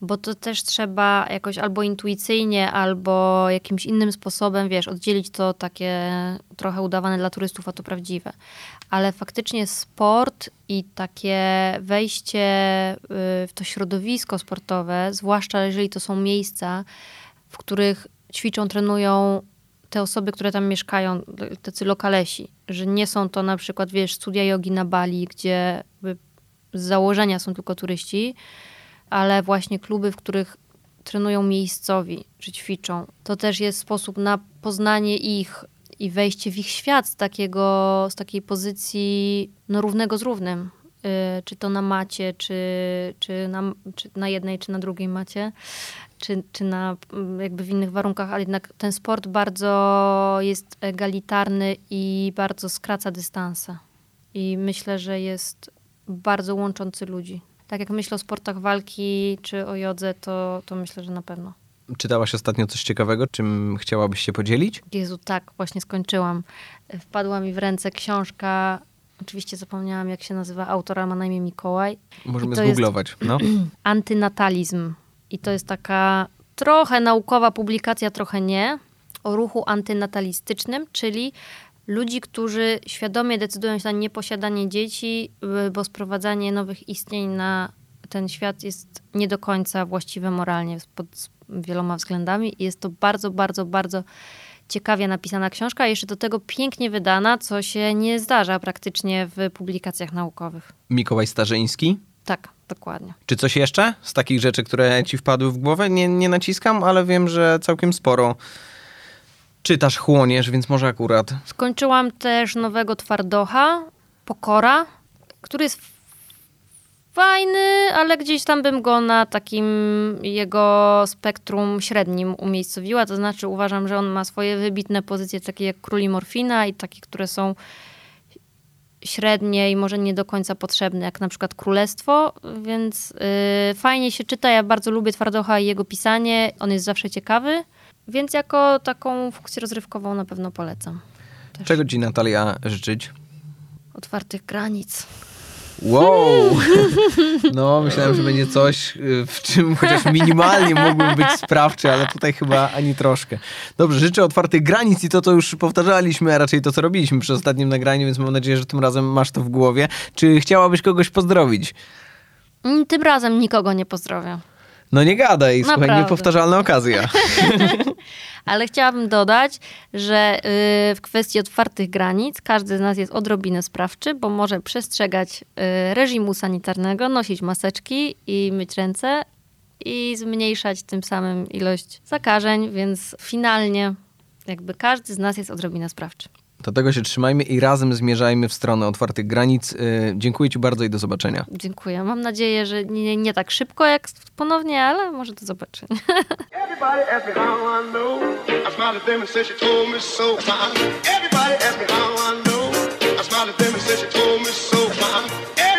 bo to też trzeba jakoś albo intuicyjnie, albo jakimś innym sposobem, oddzielić to takie trochę udawane dla turystów, a to prawdziwe. Ale faktycznie sport i takie wejście w to środowisko sportowe, zwłaszcza jeżeli to są miejsca, w których ćwiczą, trenują te osoby, które tam mieszkają, tacy lokalesi, że nie są to na przykład, studia jogi na Bali, gdzie z założenia są tylko turyści, ale właśnie kluby, w których trenują miejscowi, czy ćwiczą. To też jest sposób na poznanie ich i wejście w ich świat z takiej pozycji równego z równym. Czy to na macie, czy na jednej, czy na drugiej macie, czy na jakby w innych warunkach, ale jednak ten sport bardzo jest egalitarny i bardzo skraca dystanse. I myślę, że jest bardzo łączący ludzi. Tak jak myślę o sportach walki, czy o jodze, to myślę, że na pewno. Czytałaś ostatnio coś ciekawego, czym chciałabyś się podzielić? Jezu, tak, właśnie skończyłam. Wpadła mi w ręce książka, oczywiście zapomniałam, jak się nazywa, autora ma na imię Mikołaj. Możemy zgooglować. No. Antynatalizm. I to jest taka trochę naukowa publikacja, trochę nie, o ruchu antynatalistycznym, czyli ludzi, którzy świadomie decydują się na nieposiadanie dzieci, bo sprowadzanie nowych istnień na ten świat jest nie do końca właściwe moralnie pod wieloma względami. I jest to bardzo, bardzo, bardzo ciekawie napisana książka, a jeszcze do tego pięknie wydana, co się nie zdarza praktycznie w publikacjach naukowych. Mikołaj Starzyński? Tak, dokładnie. Czy coś jeszcze z takich rzeczy, które ci wpadły w głowę? Nie naciskam, ale wiem, że całkiem sporo czytasz, chłoniesz, więc może akurat. Skończyłam też nowego twardocha, Pokora, który jest fajny, ale gdzieś tam bym go na takim jego spektrum średnim umiejscowiła. To znaczy uważam, że on ma swoje wybitne pozycje, takie jak Króli Morfina i takie, które są średnie i może nie do końca potrzebne, jak na przykład Królestwo, więc fajnie się czyta. Ja bardzo lubię twardocha i jego pisanie. On jest zawsze ciekawy, więc jako taką funkcję rozrywkową na pewno polecam. Też. Czego ci, Natalia, życzyć? Otwartych granic. Wow! No, myślałem, że będzie coś, w czym chociaż minimalnie mógłbym być sprawczy, ale tutaj chyba ani troszkę. Dobrze, życzę otwartych granic i to już powtarzaliśmy, a raczej to, co robiliśmy przy ostatnim nagraniu, więc mam nadzieję, że tym razem masz to w głowie. Czy chciałabyś kogoś pozdrowić? Tym razem nikogo nie pozdrowię. No nie gadaj, Naprawdę. słuchaj, niepowtarzalna okazja. Ale chciałabym dodać, że w kwestii otwartych granic każdy z nas jest odrobinę sprawczy, bo może przestrzegać reżimu sanitarnego, nosić maseczki i myć ręce i zmniejszać tym samym ilość zakażeń, więc finalnie jakby każdy z nas jest odrobinę sprawczy. Do tego się trzymajmy i razem zmierzajmy w stronę otwartych granic. Dziękuję ci bardzo i do zobaczenia. Dziękuję. Mam nadzieję, że nie tak szybko jak ponownie, ale może do zobaczenia. Everybody ask me how I know. I smiled at them and said she told me so. Everybody ask me how I know. I smiled at them and said she told me so.